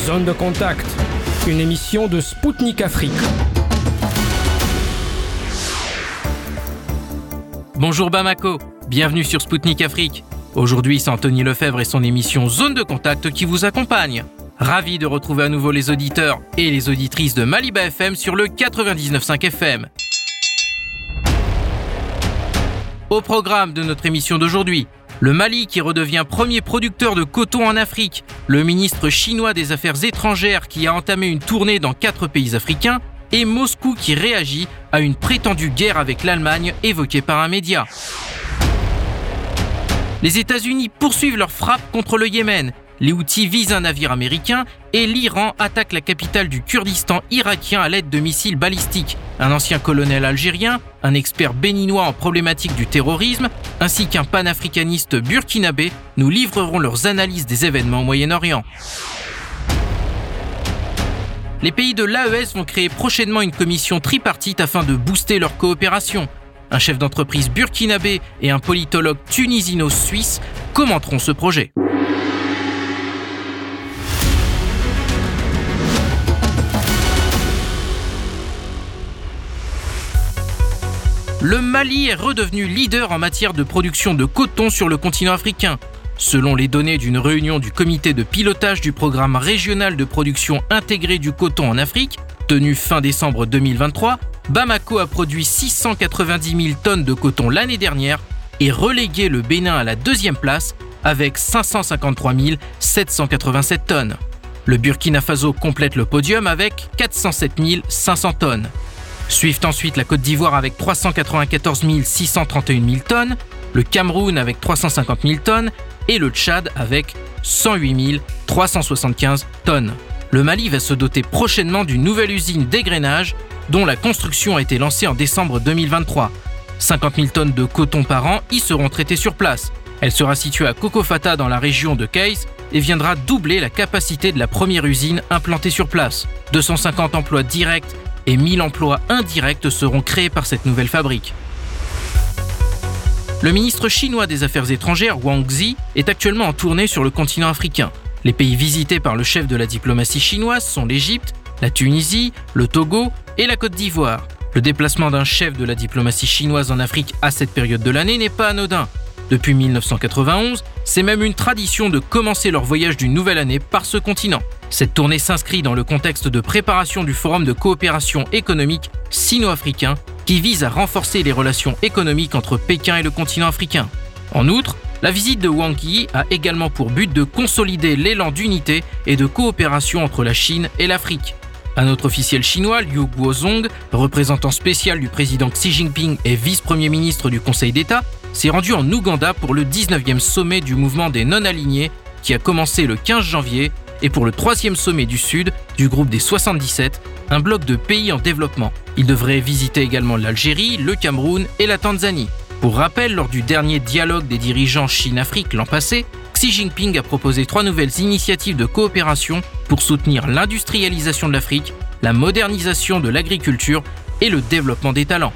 Zone de contact, une émission de Spoutnik Afrique. Bonjour Bamako, bienvenue sur Spoutnik Afrique. Aujourd'hui, c'est Anthony Lefebvre et son émission Zone de contact qui vous accompagne. Ravi de retrouver à nouveau les auditeurs et les auditrices de Maliba FM sur le 99.5 FM. Au programme de notre émission d'aujourd'hui, le Mali qui redevient premier producteur de coton en Afrique, le ministre chinois des Affaires étrangères qui a entamé une tournée dans 4 pays africains et Moscou qui réagit à une prétendue guerre avec l'Allemagne évoquée par un média. Les États-Unis poursuivent leur frappe contre le Yémen. Les Houthis visent un navire américain et l'Iran attaque la capitale du Kurdistan irakien à l'aide de missiles balistiques. Un ancien colonel algérien, un expert béninois en problématique du terrorisme, ainsi qu'un panafricaniste burkinabé nous livreront leurs analyses des événements au Moyen-Orient. Les pays de l'AES vont créer prochainement une commission tripartite afin de booster leur coopération. Un chef d'entreprise burkinabé et un politologue tunisino-suisse commenteront ce projet. Le Mali est redevenu leader en matière de production de coton sur le continent africain. Selon les données d'une réunion du comité de pilotage du programme régional de production intégrée du coton en Afrique, tenue fin décembre 2023, Bamako a produit 690 000 tonnes de coton l'année dernière et relégué le Bénin à la 2e place avec 553 787 tonnes. Le Burkina Faso complète le podium avec 407 500 tonnes. Suivent ensuite la Côte d'Ivoire avec 394 631 tonnes, le Cameroun avec 350 000 tonnes et le Tchad avec 108 375 tonnes. Le Mali va se doter prochainement d'une nouvelle usine d'égrainage dont la construction a été lancée en décembre 2023. 50 000 tonnes de coton par an y seront traitées sur place. Elle sera située à Kokofata dans la région de Kayes et viendra doubler la capacité de la première usine implantée sur place. 250 emplois directs et 1000 emplois indirects seront créés par cette nouvelle fabrique. Le ministre chinois des Affaires étrangères, Wang Yi, est actuellement en tournée sur le continent africain. Les pays visités par le chef de la diplomatie chinoise sont l'Égypte, la Tunisie, le Togo et la Côte d'Ivoire. Le déplacement d'un chef de la diplomatie chinoise en Afrique à cette période de l'année n'est pas anodin. Depuis 1991, c'est même une tradition de commencer leur voyage d'une nouvelle année par ce continent. Cette tournée s'inscrit dans le contexte de préparation du Forum de coopération économique sino-africain qui vise à renforcer les relations économiques entre Pékin et le continent africain. En outre, la visite de Wang Yi a également pour but de consolider l'élan d'unité et de coopération entre la Chine et l'Afrique. Un autre officiel chinois, Liu Guozhong, représentant spécial du président Xi Jinping et vice-premier ministre du Conseil d'État, s'est rendu en Ouganda pour le 19e sommet du mouvement des non-alignés qui a commencé le 15 janvier et pour le 3e sommet du Sud du groupe des 77, un bloc de pays en développement. Il devrait visiter également l'Algérie, le Cameroun et la Tanzanie. Pour rappel, lors du dernier dialogue des dirigeants Chine-Afrique l'an passé, Xi Jinping a proposé 3 nouvelles initiatives de coopération pour soutenir l'industrialisation de l'Afrique, la modernisation de l'agriculture et le développement des talents.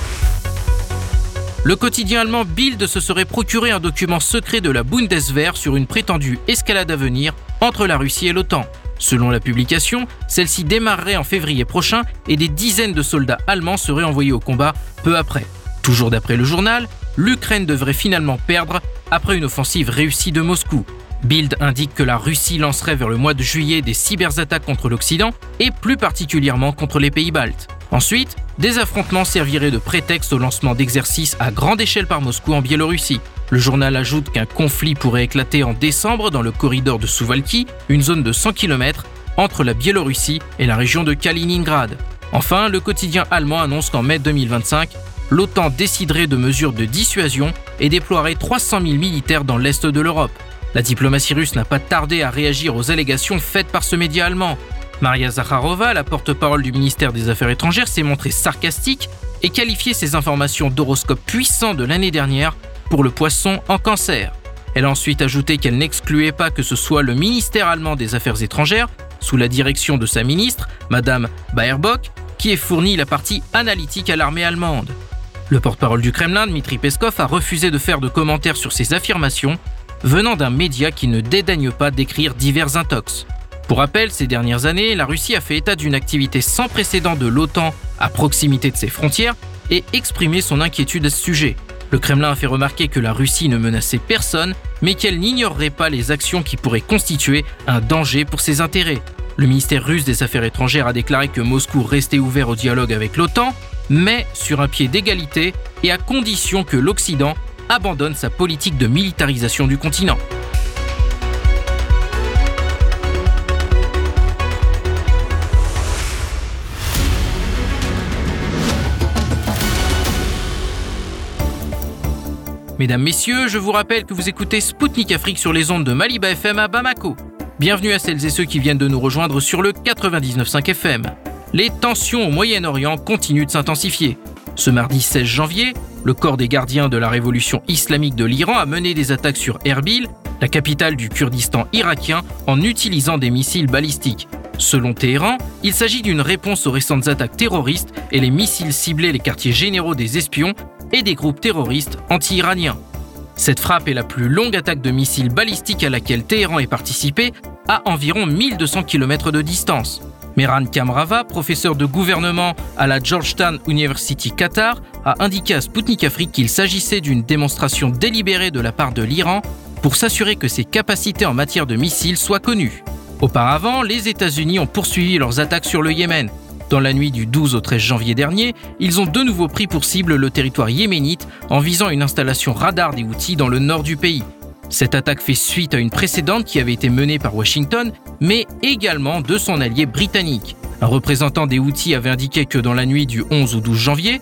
Le quotidien allemand Bild se serait procuré un document secret de la Bundeswehr sur une prétendue escalade à venir entre la Russie et l'OTAN. Selon la publication, celle-ci démarrerait en février prochain et des dizaines de soldats allemands seraient envoyés au combat peu après. Toujours d'après le journal, l'Ukraine devrait finalement perdre après une offensive réussie de Moscou. Bild indique que la Russie lancerait vers le mois de juillet des cyberattaques contre l'Occident et plus particulièrement contre les pays baltes. Ensuite, des affrontements serviraient de prétexte au lancement d'exercices à grande échelle par Moscou en Biélorussie. Le journal ajoute qu'un conflit pourrait éclater en décembre dans le corridor de Suwalki, une zone de 100 km entre la Biélorussie et la région de Kaliningrad. Enfin, le quotidien allemand annonce qu'en mai 2025, l'OTAN déciderait de mesures de dissuasion et déploierait 300 000 militaires dans l'est de l'Europe. La diplomatie russe n'a pas tardé à réagir aux allégations faites par ce média allemand. Maria Zakharova, la porte-parole du ministère des Affaires étrangères, s'est montrée sarcastique et qualifié ces informations d'horoscope puissant de l'année dernière pour le poisson en cancer. Elle a ensuite ajouté qu'elle n'excluait pas que ce soit le ministère allemand des Affaires étrangères, sous la direction de sa ministre, Madame Baerbock, qui ait fourni la partie analytique à l'armée allemande. Le porte-parole du Kremlin, Dmitri Peskov, a refusé de faire de commentaires sur ces affirmations, venant d'un média qui ne dédaigne pas d'écrire divers intox. Pour rappel, ces dernières années, la Russie a fait état d'une activité sans précédent de l'OTAN à proximité de ses frontières et exprimé son inquiétude à ce sujet. Le Kremlin a fait remarquer que la Russie ne menaçait personne, mais qu'elle n'ignorerait pas les actions qui pourraient constituer un danger pour ses intérêts. Le ministère russe des Affaires étrangères a déclaré que Moscou restait ouvert au dialogue avec l'OTAN, mais sur un pied d'égalité et à condition que l'Occident abandonne sa politique de militarisation du continent. Mesdames, Messieurs, je vous rappelle que vous écoutez Spoutnik Afrique sur les ondes de Maliba FM à Bamako. Bienvenue à celles et ceux qui viennent de nous rejoindre sur le 99.5 FM. Les tensions au Moyen-Orient continuent de s'intensifier. Ce mardi 16 janvier, le corps des gardiens de la révolution islamique de l'Iran a mené des attaques sur Erbil, la capitale du Kurdistan irakien, en utilisant des missiles balistiques. Selon Téhéran, il s'agit d'une réponse aux récentes attaques terroristes et les missiles ciblaient les quartiers généraux des espions et des groupes terroristes anti-iraniens. Cette frappe est la plus longue attaque de missiles balistiques à laquelle Téhéran ait participé, à environ 1200 km de distance. Mehran Kamrava, professeur de gouvernement à la Georgetown University Qatar, a indiqué à Spoutnik Afrique qu'il s'agissait d'une démonstration délibérée de la part de l'Iran pour s'assurer que ses capacités en matière de missiles soient connues. Auparavant, les États-Unis ont poursuivi leurs attaques sur le Yémen. Dans la nuit du 12 au 13 janvier dernier, ils ont de nouveau pris pour cible le territoire yéménite en visant une installation radar des Houthis dans le nord du pays. Cette attaque fait suite à une précédente qui avait été menée par Washington, mais également de son allié britannique. Un représentant des Houthis avait indiqué que dans la nuit du 11 au 12 janvier,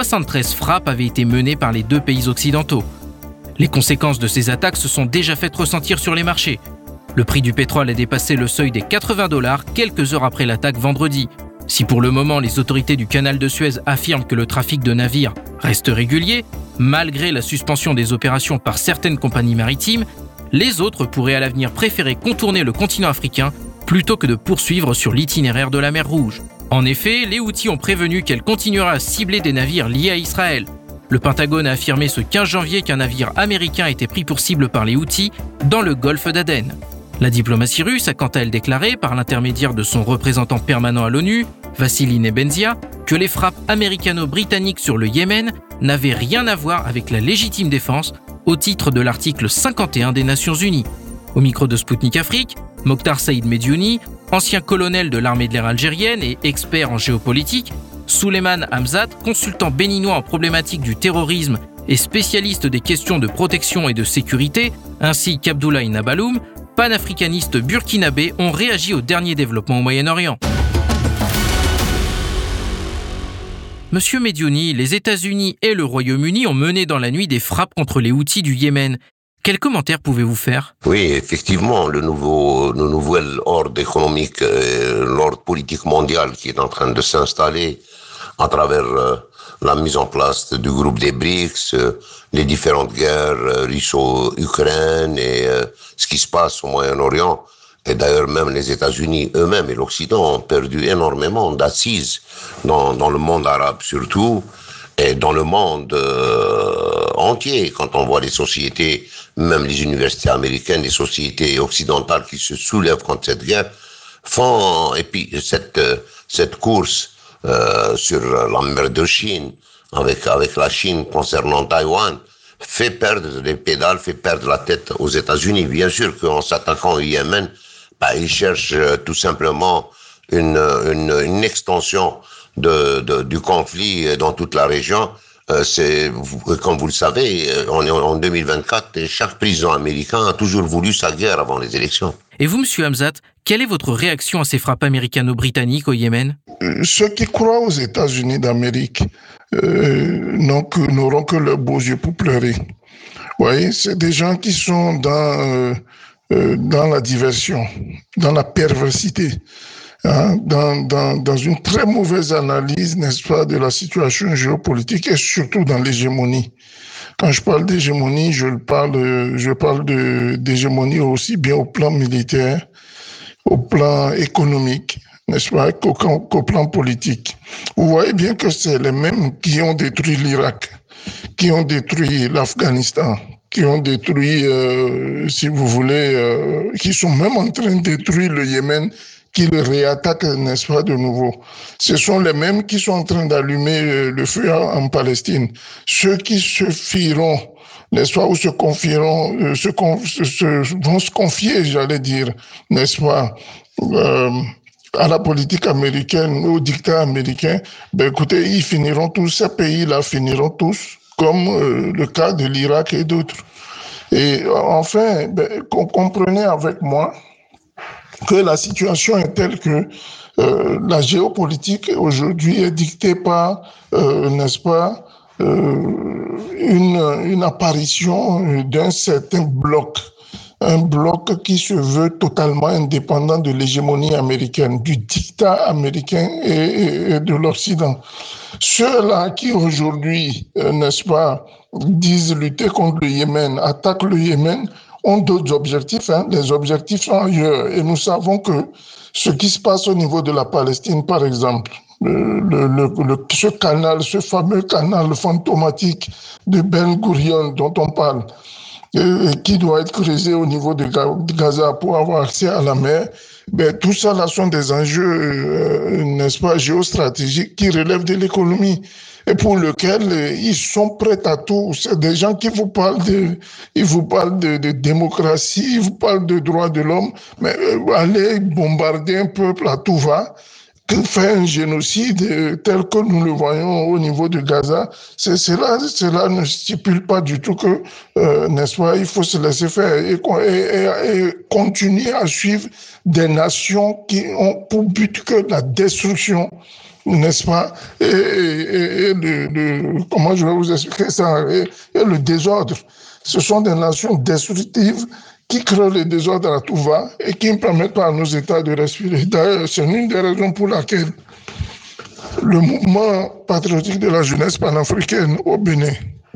73 frappes avaient été menées par les deux pays occidentaux. Les conséquences de ces attaques se sont déjà faites ressentir sur les marchés. Le prix du pétrole a dépassé le seuil des $80 quelques heures après l'attaque vendredi. Si pour le moment les autorités du canal de Suez affirment que le trafic de navires reste régulier, malgré la suspension des opérations par certaines compagnies maritimes, les autres pourraient à l'avenir préférer contourner le continent africain plutôt que de poursuivre sur l'itinéraire de la mer Rouge. En effet, les Houthis ont prévenu qu'elle continuera à cibler des navires liés à Israël. Le Pentagone a affirmé ce 15 janvier qu'un navire américain a été pris pour cible par les Houthis dans le golfe d'Aden. La diplomatie russe a quant à elle déclaré, par l'intermédiaire de son représentant permanent à l'ONU, Vassili Nebenzia, que les frappes américano-britanniques sur le Yémen n'avaient rien à voir avec la légitime défense au titre de l'article 51 des Nations Unies. Au micro de Spoutnik Afrique, Mokhtar Saïd Mediouni, ancien colonel de l'armée de l'air algérienne et expert en géopolitique, Souleymane Hamzat, consultant béninois en problématique du terrorisme et spécialiste des questions de protection et de sécurité, ainsi qu'Abdoulaye Nabaloum, panafricanistes burkinabés, ont réagi aux derniers développements au Moyen-Orient. Monsieur Mediouni, les États-Unis et le Royaume-Uni ont mené dans la nuit des frappes contre les Houthis du Yémen. Quels commentaires pouvez-vous faire ? Oui, effectivement, le nouvel ordre économique, l'ordre politique mondial qui est en train de s'installer à travers la mise en place du groupe des BRICS, les différentes guerres russo-ukrainiennes et ce qui se passe au Moyen-Orient. Et d'ailleurs, même les États-Unis eux-mêmes et l'Occident ont perdu énormément d'assises dans le monde arabe surtout, et dans le monde entier. Quand on voit les sociétés, même les universités américaines, les sociétés occidentales qui se soulèvent contre cette guerre, et puis cette course sur la mer de Chine, avec la Chine concernant Taïwan, fait perdre les pédales, fait perdre la tête aux États-Unis. Bien sûr qu'en s'attaquant au Yémen, ils cherchent tout simplement une extension du conflit dans toute la région. Comme vous le savez, on est en 2024 et chaque président américain a toujours voulu sa guerre avant les élections. Et vous, monsieur Hamzat, quelle est votre réaction à ces frappes américano-britanniques au Yémen ? Ceux qui croient aux États-Unis d'Amérique n'auront que leurs beaux yeux pour pleurer. Vous voyez, c'est des gens qui sont dans la diversion, dans la perversité, dans une très mauvaise analyse, n'est-ce pas, de la situation géopolitique et surtout dans l'hégémonie. Quand je parle d'hégémonie, je parle d'hégémonie aussi bien au plan militaire, au plan économique, n'est-ce pas, qu'au plan politique. Vous voyez bien que c'est les mêmes qui ont détruit l'Irak, qui ont détruit l'Afghanistan, qui ont détruit, si vous voulez, qui sont même en train de détruire le Yémen, qui le réattaquent, n'est-ce pas, de nouveau. Ce sont les mêmes qui sont en train d'allumer le feu en Palestine. Ceux qui se fieront, n'est-ce pas, ou se confieront, vont se confier, j'allais dire, n'est-ce pas, à la politique américaine, au dictat américain, ben écoutez, ils finiront tous, ces pays-là finiront tous, comme le cas de l'Irak et d'autres. Et enfin, ben, comprenez avec moi que la situation est telle que la géopolitique aujourd'hui est dictée par, n'est-ce pas, une apparition d'un certain bloc, un bloc qui se veut totalement indépendant de l'hégémonie américaine, du dictat américain et de l'Occident. Ceux-là qui aujourd'hui, n'est-ce pas, disent lutter contre le Yémen, attaquent le Yémen, ont d'autres objectifs. Les objectifs sont ailleurs. Et nous savons que ce qui se passe au niveau de la Palestine, par exemple, ce canal, ce fameux canal fantomatique de Ben Gurion dont on parle, qui doit être creusé au niveau de Gaza pour avoir accès à la mer, ben, tout ça là sont des enjeux, n'est-ce pas, géostratégiques qui relèvent de l'économie et pour lesquels ils sont prêts à tout. C'est des gens qui vous parlent de démocratie, ils vous parlent de droits de l'homme, mais aller bombarder un peuple à tout va, faire un génocide tel que nous le voyons au niveau de Gaza, cela ne stipule pas du tout que, n'est-ce pas, il faut se laisser faire et continuer à suivre des nations qui ont pour but que la destruction, n'est-ce pas, et comment je vais vous expliquer ça, et le désordre. Ce sont des nations destructives qui créent le désordre à tout va et qui ne permettent pas à nos États de respirer. D'ailleurs, c'est une des raisons pour laquelle le mouvement patriotique de la jeunesse panafricaine au Bénin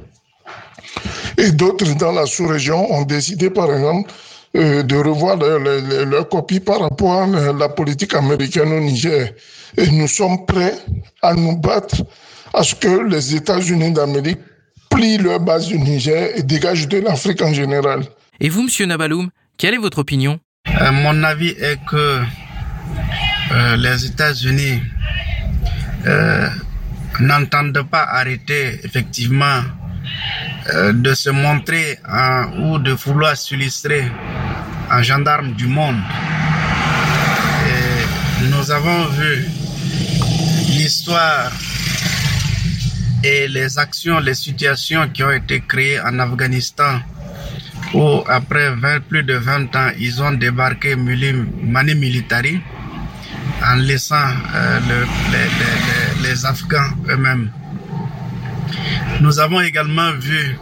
et d'autres dans la sous-région ont décidé, par exemple, de revoir leur copie par rapport à la politique américaine au Niger. Et nous sommes prêts à nous battre à ce que les États-Unis d'Amérique plient leur base du Niger et dégagent de l'Afrique en général. Et vous, Monsieur Nabaloum, quelle est votre opinion ? Mon avis est que les États-Unis n'entendent pas arrêter effectivement de se montrer ou de vouloir s'illustrer en gendarme du monde. Et nous avons vu l'histoire et les actions, les situations qui ont été créées en Afghanistan où après plus de 20 ans, ils ont débarqué Mani Militari en laissant les Afghans eux-mêmes. Nous avons également vu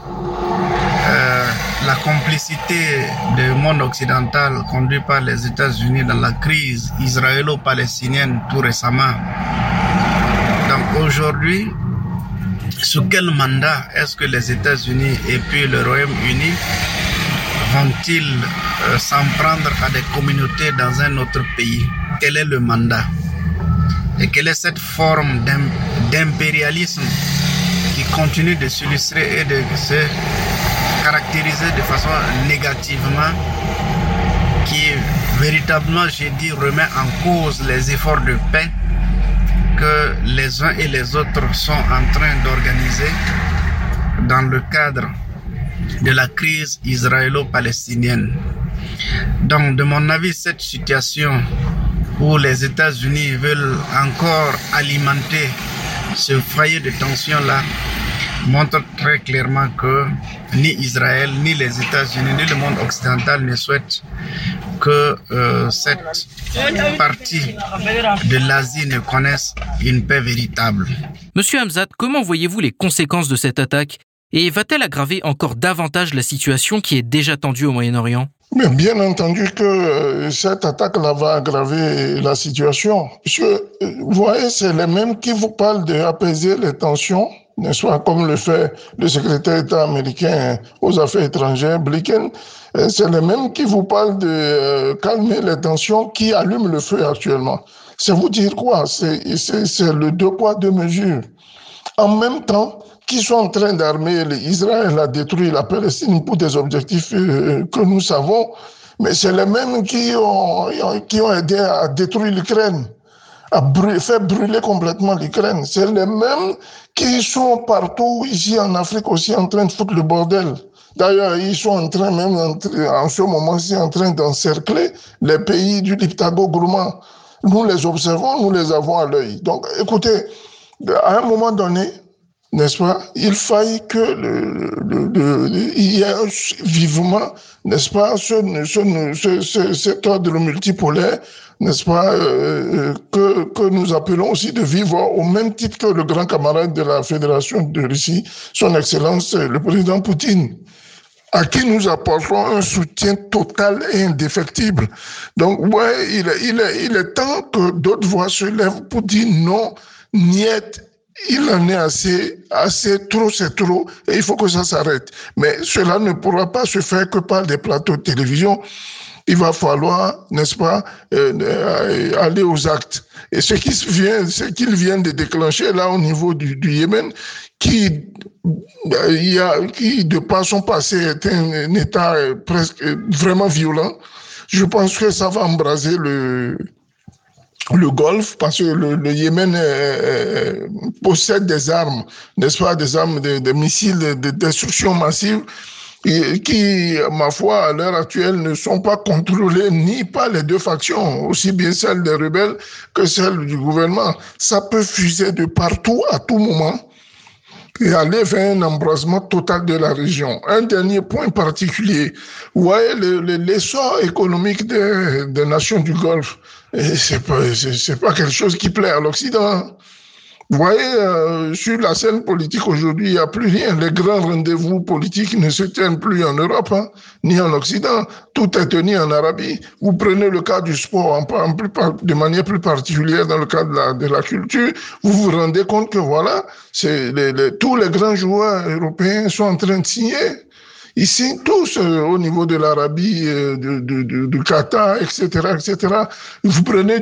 la complicité du monde occidental conduit par les États-Unis dans la crise israélo-palestinienne tout récemment. Donc aujourd'hui, sous quel mandat est-ce que les États-Unis et puis le Royaume-Uni vont-ils s'en prendre à des communautés dans un autre pays? Quel est le mandat? Et quelle est cette forme d'impérialisme qui continue de s'illustrer et de se caractériser de façon négativement, qui véritablement, j'ai dit, remet en cause les efforts de paix que les uns et les autres sont en train d'organiser dans le cadre de la crise israélo-palestinienne. Donc, de mon avis, cette situation où les États-Unis veulent encore alimenter ce foyer de tension-là montre très clairement que ni Israël, ni les États-Unis, ni le monde occidental ne souhaitent que cette partie de l'Asie ne connaisse une paix véritable. Monsieur Hamzat, comment voyez-vous les conséquences de cette attaque ? Et va-t-elle aggraver encore davantage la situation qui est déjà tendue au Moyen-Orient ? Mais bien entendu que cette attaque-là va aggraver la situation. Parce que, vous voyez, c'est les mêmes qui vous parlent d'apaiser les tensions, n'est-ce pas, comme le fait le secrétaire d'État américain aux Affaires étrangères, Blinken. C'est les mêmes qui vous parlent de calmer les tensions qui allument le feu actuellement. C'est vous dire quoi ? C'est le deux poids, deux mesures. en même temps qu'ils sont en train d'armer Israël à détruire la Palestine pour des objectifs que nous savons, mais c'est les mêmes qui ont aidé à détruire l'Ukraine, à faire brûler complètement l'Ukraine. C'est les mêmes qui sont partout ici en Afrique aussi en train de foutre le bordel. D'ailleurs, ils sont en train même en ce moment-ci en train d'encercler les pays du Liptako Gourmand. Nous les observons, nous les avons à l'œil. Donc, écoutez, à un moment donné, n'est-ce pas, il faille que il y ait vivement, n'est-ce pas, cet ordre multipolaire, n'est-ce pas, que nous appelons aussi de vivre au même titre que le grand camarade de la Fédération de Russie, son Excellence, le président Poutine, à qui nous apportons un soutien total et indéfectible. Donc, ouais, il est temps que d'autres voix se lèvent pour dire non, niet, il en est assez, trop, c'est trop, et il faut que ça s'arrête. Mais cela ne pourra pas se faire que par des plateaux de télévision. Il va falloir, n'est-ce pas, aller aux actes. Et ce qu'ils viennent de déclencher là au niveau du Yémen, qui de par son passé est un État presque vraiment violent, je pense que ça va embraser le Golfe, parce que le Yémen possède des armes, n'est-ce pas, des armes, des missiles de destruction massive, qui, ma foi, à l'heure actuelle, ne sont pas contrôlés ni par les deux factions, aussi bien celle des rebelles que celle du gouvernement. Ça peut fuser de partout, à tout moment, et aller vers un embrasement total de la région. Un dernier point particulier. Vous voyez, l'essor économique des nations du Golfe, c'est pas quelque chose qui plaît à l'Occident. Vous voyez, sur la scène politique aujourd'hui, il n'y a plus rien. Les grands rendez-vous politiques ne se tiennent plus en Europe, ni en Occident. Tout est tenu en Arabie. Vous prenez le cas du sport, de manière plus particulière dans le cadre de la culture. Vous vous rendez compte que voilà, tous les grands joueurs européens sont en train de signer. Ils signent tous au niveau de l'Arabie, du Qatar, etc., etc. Vous prenez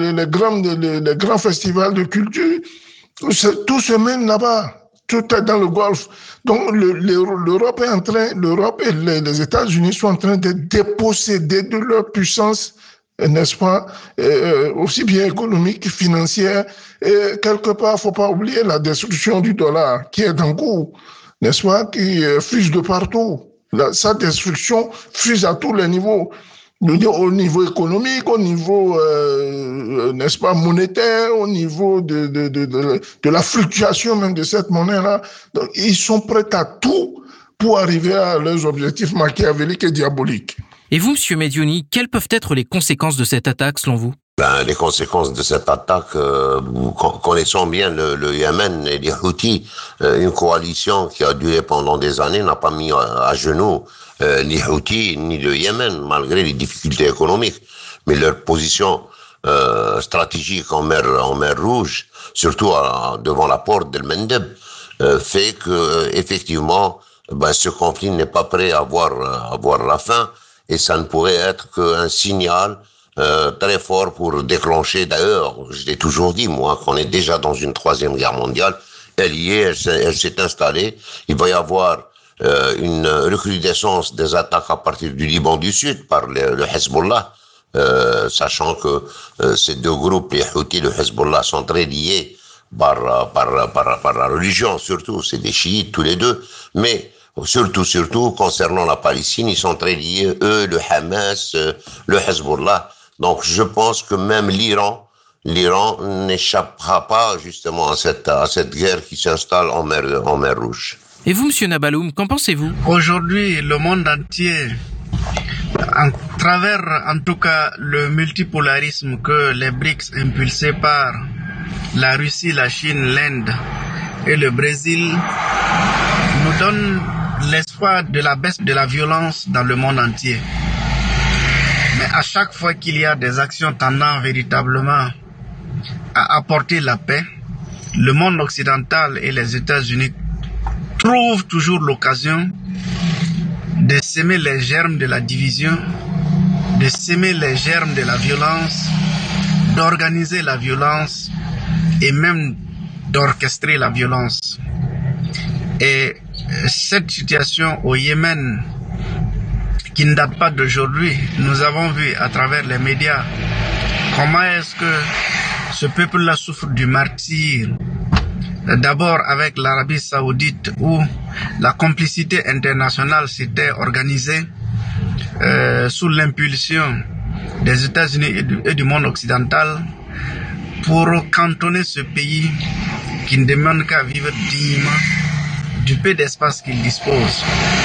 les grands festivals de culture. Tout se mène là-bas, tout est dans le Golfe. Donc l'Europe et les États-Unis sont en train de déposséder de leur puissance, n'est-ce pas, aussi bien économique que financière. Et quelque part, il ne faut pas oublier la destruction du dollar qui est en cours, n'est-ce pas, qui fuse de partout. Sa destruction fuse à tous les niveaux. Au niveau économique, au niveau, n'est-ce pas, monétaire, au niveau de la fluctuation même de cette monnaie-là. Donc, ils sont prêts à tout pour arriver à leurs objectifs machiavéliques et diaboliques. Et vous, M. Medioni, quelles peuvent être les conséquences de cette attaque, selon vous ? Les conséquences de cette attaque, connaissons bien le Yémen et les Houthis, une coalition qui a duré pendant des années, n'a pas mis à genoux ni Houthis ni le Yémen, malgré les difficultés économiques. Mais leur position stratégique en mer Rouge, surtout devant la porte d'El Mendeb, fait que effectivement, ce conflit n'est pas prêt à voir la fin, et ça ne pourrait être qu'un signal très fort pour déclencher. D'ailleurs, je l'ai toujours dit, moi, qu'on est déjà dans une troisième guerre mondiale. Elle s'est installée. Il va y avoir une recrudescence des attaques à partir du Liban du Sud par le Hezbollah, sachant que ces deux groupes, les Houthis et le Hezbollah, sont très liés par la religion, surtout. C'est des chiites tous les deux. Mais surtout, concernant la Palestine, ils sont très liés, eux, le Hamas, le Hezbollah. Donc, je pense que même l'Iran n'échappera pas justement à cette guerre qui s'installe en mer Rouge. Et vous, M. Nabaloum, qu'en pensez-vous ? Aujourd'hui, le monde entier, à travers en tout cas le multipolarisme que les BRICS impulsés par la Russie, la Chine, l'Inde et le Brésil, nous donne l'espoir de la baisse de la violence dans le monde entier. Mais à chaque fois qu'il y a des actions tendant véritablement à apporter la paix, le monde occidental et les États-Unis trouvent toujours l'occasion de s'aimer les germes de la division, de s'aimer les germes de la violence, d'organiser la violence et même d'orchestrer la violence. Et cette situation au Yémen, qui ne date pas d'aujourd'hui, nous avons vu à travers les médias comment est-ce que ce peuple-là souffre du martyre. D'abord avec l'Arabie Saoudite, où la complicité internationale s'était organisée sous l'impulsion des États-Unis et du monde occidental pour cantonner ce pays qui ne demande qu'à vivre dignement du peu d'espace qu'il dispose.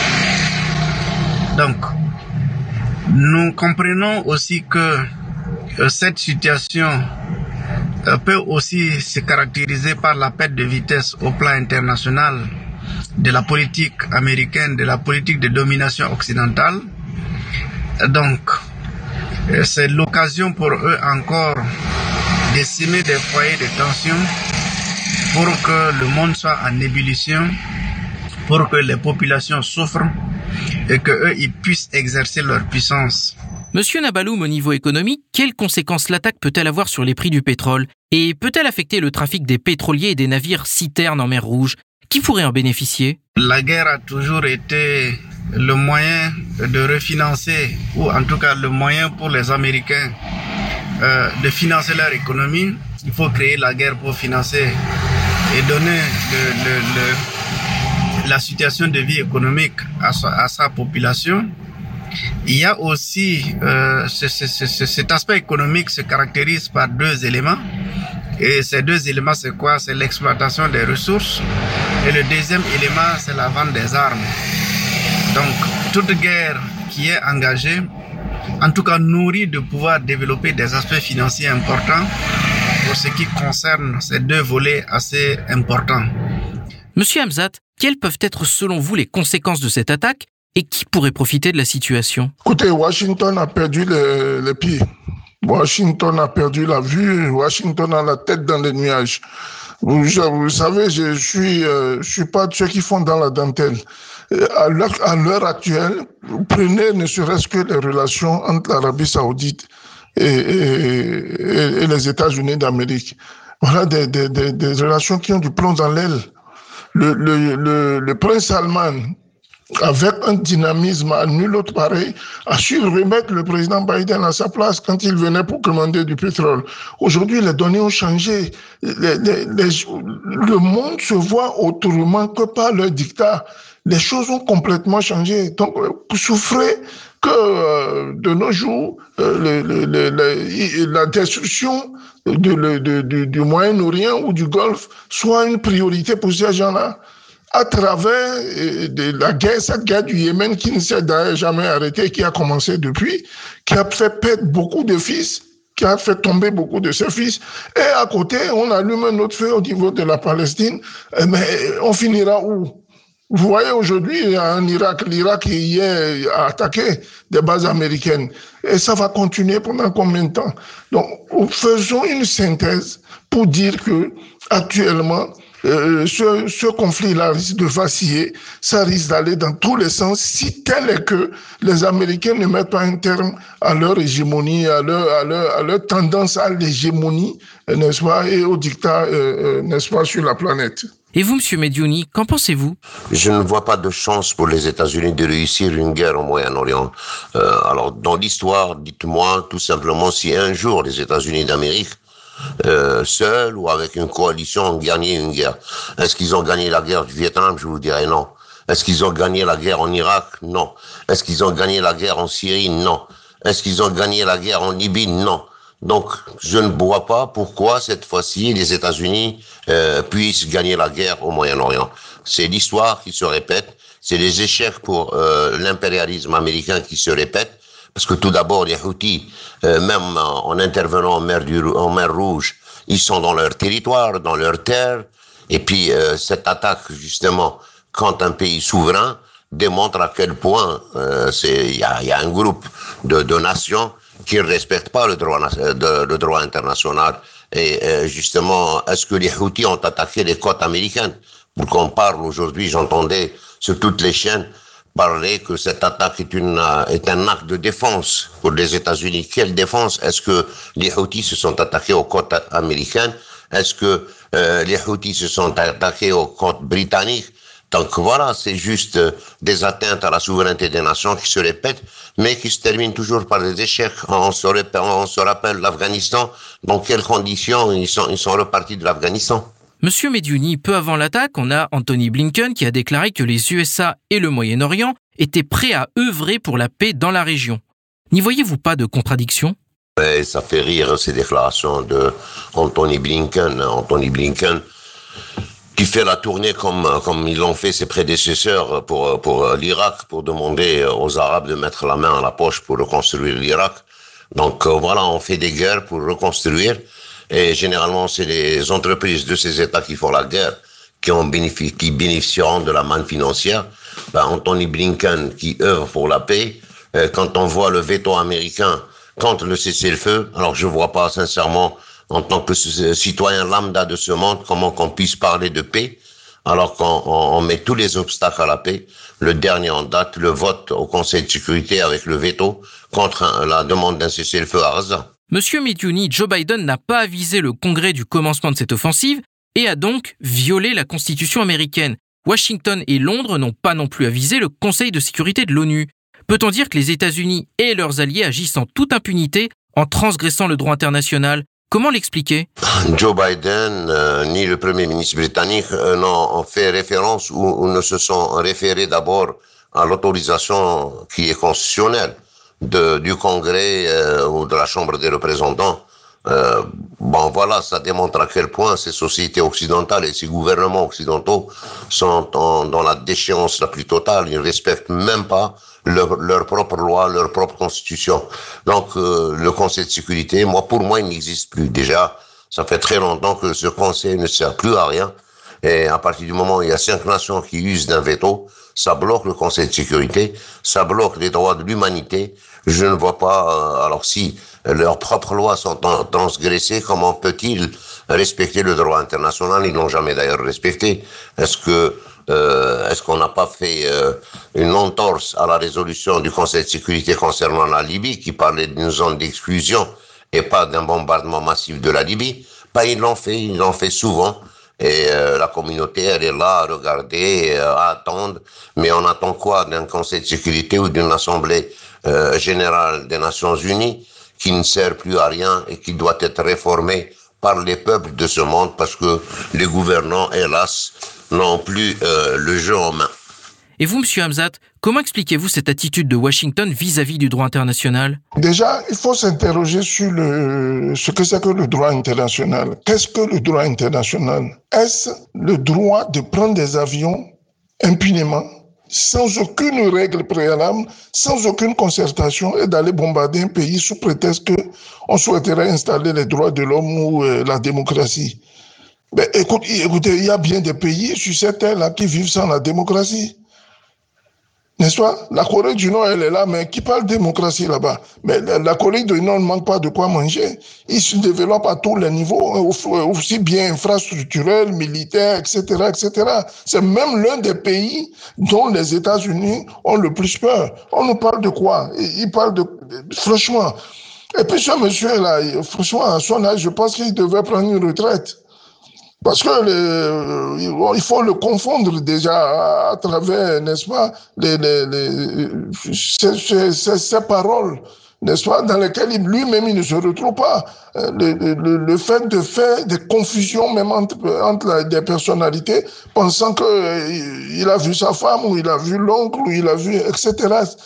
Donc, nous comprenons aussi que cette situation peut aussi se caractériser par la perte de vitesse au plan international de la politique américaine, de la politique de domination occidentale. Donc, c'est l'occasion pour eux encore de semer des foyers de tension pour que le monde soit en ébullition, pour que les populations souffrent et qu'eux, ils puissent exercer leur puissance. Monsieur Nabaloum, au niveau économique, quelles conséquences l'attaque peut-elle avoir sur les prix du pétrole? Et peut-elle affecter le trafic des pétroliers et des navires citernes en mer Rouge? Qui pourrait en bénéficier? La guerre a toujours été le moyen de refinancer, ou en tout cas le moyen pour les Américains de financer leur économie. Il faut créer la guerre pour financer et donner la situation de vie économique à sa population. Il y a aussi cet aspect économique se caractérise par deux éléments. Et ces deux éléments, c'est quoi? C'est l'exploitation des ressources. Et le deuxième élément, c'est la vente des armes. Donc, toute guerre qui est engagée, en tout cas nourrit de pouvoir développer des aspects financiers importants pour ce qui concerne ces deux volets assez importants. Monsieur Hamzat, quelles peuvent être selon vous les conséquences de cette attaque et qui pourrait profiter de la situation? Écoutez, Washington a perdu les pieds. Washington a perdu la vue. Washington a la tête dans les nuages. Vous savez, je suis pas de ceux qui font dans la dentelle. À l'heure actuelle, prenez ne serait-ce que les relations entre l'Arabie Saoudite et les États-Unis d'Amérique. Voilà des relations qui ont du plomb dans l'aile. Le prince Salman, avec un dynamisme à nul autre pareil, a su remettre le président Biden à sa place quand il venait pour commander du pétrole. Aujourd'hui, les données ont changé. Le monde se voit autrement que par leur dictat. Les choses ont complètement changé. Donc, souffrez que de nos jours, la destruction du Moyen-Orient ou du Golfe soit une priorité pour ces gens-là, à travers cette guerre du Yémen qui ne s'est d'ailleurs jamais arrêtée, qui a commencé depuis, qui a fait perdre beaucoup de fils, qui a fait tomber beaucoup de ses fils. Et à côté, on allume un autre feu au niveau de la Palestine. Mais on finira où? Vous voyez, aujourd'hui, en Irak, l'Irak hier a attaqué des bases américaines. Et ça va continuer pendant combien de temps? Donc, faisons une synthèse pour dire que actuellement, ce conflit-là risque de vaciller, ça risque d'aller dans tous les sens, si tel est que les Américains ne mettent pas un terme à leur hégémonie, à leur tendance à l'hégémonie, n'est-ce pas, et au dictat, n'est-ce pas, sur la planète. Et vous, Monsieur Mediouni, qu'en pensez-vous? Je ne vois pas de chance pour les États-Unis de réussir une guerre au Moyen-Orient. Alors, dans l'histoire, dites-moi tout simplement si un jour les États-Unis d'Amérique, seuls ou avec une coalition, ont gagné une guerre. Est-ce qu'ils ont gagné la guerre du Vietnam? Je vous dirais non. Est-ce qu'ils ont gagné la guerre en Irak? Non. Est-ce qu'ils ont gagné la guerre en Syrie? Non. Est-ce qu'ils ont gagné la guerre en Libye? Non. Donc, je ne vois pas pourquoi cette fois-ci les États-Unis puissent gagner la guerre au Moyen-Orient. C'est l'histoire qui se répète, c'est les échecs pour l'impérialisme américain qui se répètent, parce que tout d'abord les Houthis, même en intervenant en mer Rouge, ils sont dans leur territoire, dans leur terre, et puis cette attaque justement contre un pays souverain démontre à quel point il y a un groupe de nations qui ne respectent pas le droit international. Et justement, est-ce que les Houthis ont attaqué les côtes américaines? Pour qu'on parle aujourd'hui, j'entendais sur toutes les chaînes parler que cette attaque est un acte de défense pour les États-Unis. Quelle défense? Est-ce que les Houthis se sont attaqués aux côtes américaines? Est-ce que les Houthis se sont attaqués aux côtes britanniques? Donc voilà, c'est juste des atteintes à la souveraineté des nations qui se répètent, mais qui se terminent toujours par des échecs. On se rappelle l'Afghanistan, dans quelles conditions ils sont repartis de l'Afghanistan. Monsieur Mediouni, peu avant l'attaque, on a Anthony Blinken qui a déclaré que les USA et le Moyen-Orient étaient prêts à œuvrer pour la paix dans la région. N'y voyez-vous pas de contradiction? Et ça fait rire ces déclarations de Anthony Blinken. Anthony Blinken qui fait la tournée comme ils l'ont fait ses prédécesseurs pour l'Irak, pour demander aux Arabes de mettre la main à la poche pour reconstruire l'Irak. Donc voilà, on fait des guerres pour reconstruire. Et généralement, c'est les entreprises de ces États qui font la guerre, qui bénéficieront de la manne financière. Anthony Blinken qui œuvre pour la paix. Quand on voit le veto américain contre le cessez-le-feu, alors je vois pas sincèrement, en tant que citoyen lambda de ce monde, comment qu'on puisse parler de paix, alors qu'on met tous les obstacles à la paix. Le dernier en date, le vote au Conseil de sécurité avec le veto contre la demande d'un cessez-le-feu à Gaza. Monsieur Mediouni, Joe Biden n'a pas avisé le Congrès du commencement de cette offensive et a donc violé la Constitution américaine. Washington et Londres n'ont pas non plus avisé le Conseil de sécurité de l'ONU. Peut-on dire que les États-Unis et leurs alliés agissent en toute impunité en transgressant le droit international? Comment l'expliquer? Joe Biden ni le Premier ministre britannique n'ont fait référence ou ne se sont référés d'abord à l'autorisation qui est constitutionnelle du Congrès ou de la Chambre des représentants. Voilà, ça démontre à quel point ces sociétés occidentales et ces gouvernements occidentaux sont dans la déchéance la plus totale. Ils ne respectent même pas leur propre loi, leur propre constitution. Donc, le Conseil de sécurité, pour moi, il n'existe plus. Déjà, ça fait très longtemps que ce Conseil ne sert plus à rien. Et à partir du moment où il y a 5 nations qui usent d'un veto, ça bloque le Conseil de sécurité, ça bloque les droits de l'humanité. Je ne vois pas, alors si leurs propres lois sont transgressées, comment peut-il respecter le droit international? Ils n'ont jamais d'ailleurs respecté. Est-ce qu'on n'a pas fait une entorse à la résolution du Conseil de sécurité concernant la Libye, qui parlait d'une zone d'exclusion et pas d'un bombardement massif de la Libye? Ils l'ont fait souvent. Et la communauté, elle est là à regarder, à attendre. Mais on attend quoi d'un Conseil de sécurité ou d'une Assemblée générale des Nations Unies qui ne sert plus à rien et qui doit être réformée par les peuples de ce monde parce que les gouvernants, hélas, n'ont plus le jeu en main. Et vous, M. Hamzat, comment expliquez-vous cette attitude de Washington vis-à-vis du droit international? Déjà, il faut s'interroger sur ce que c'est que le droit international. Qu'est-ce que le droit international? Est-ce le droit de prendre des avions impunément, sans aucune règle préalable, sans aucune concertation, et d'aller bombarder un pays sous prétexte qu'on souhaiterait installer les droits de l'homme ou la démocratie? Écoutez, il y a bien des pays sur cette terre-là qui vivent sans la démocratie. N'est-ce pas? La Corée du Nord, elle est là, mais qui parle démocratie là-bas? Mais la Corée du Nord ne manque pas de quoi manger. Ils se développent à tous les niveaux, aussi bien infrastructurels, militaires, etc., etc. C'est même l'un des pays dont les États-Unis ont le plus peur. On nous parle de quoi? Ils parlent franchement. Et puis ce monsieur-là, franchement, à son âge, je pense qu'il devrait prendre une retraite. Parce que il faut le confondre déjà à travers, n'est-ce pas, ces paroles, n'est-ce pas, dans lesquelles lui-même il ne se retrouve pas. Le fait de faire des confusions même entre des personnalités, pensant qu'il a vu sa femme ou il a vu l'oncle ou il a vu, etc.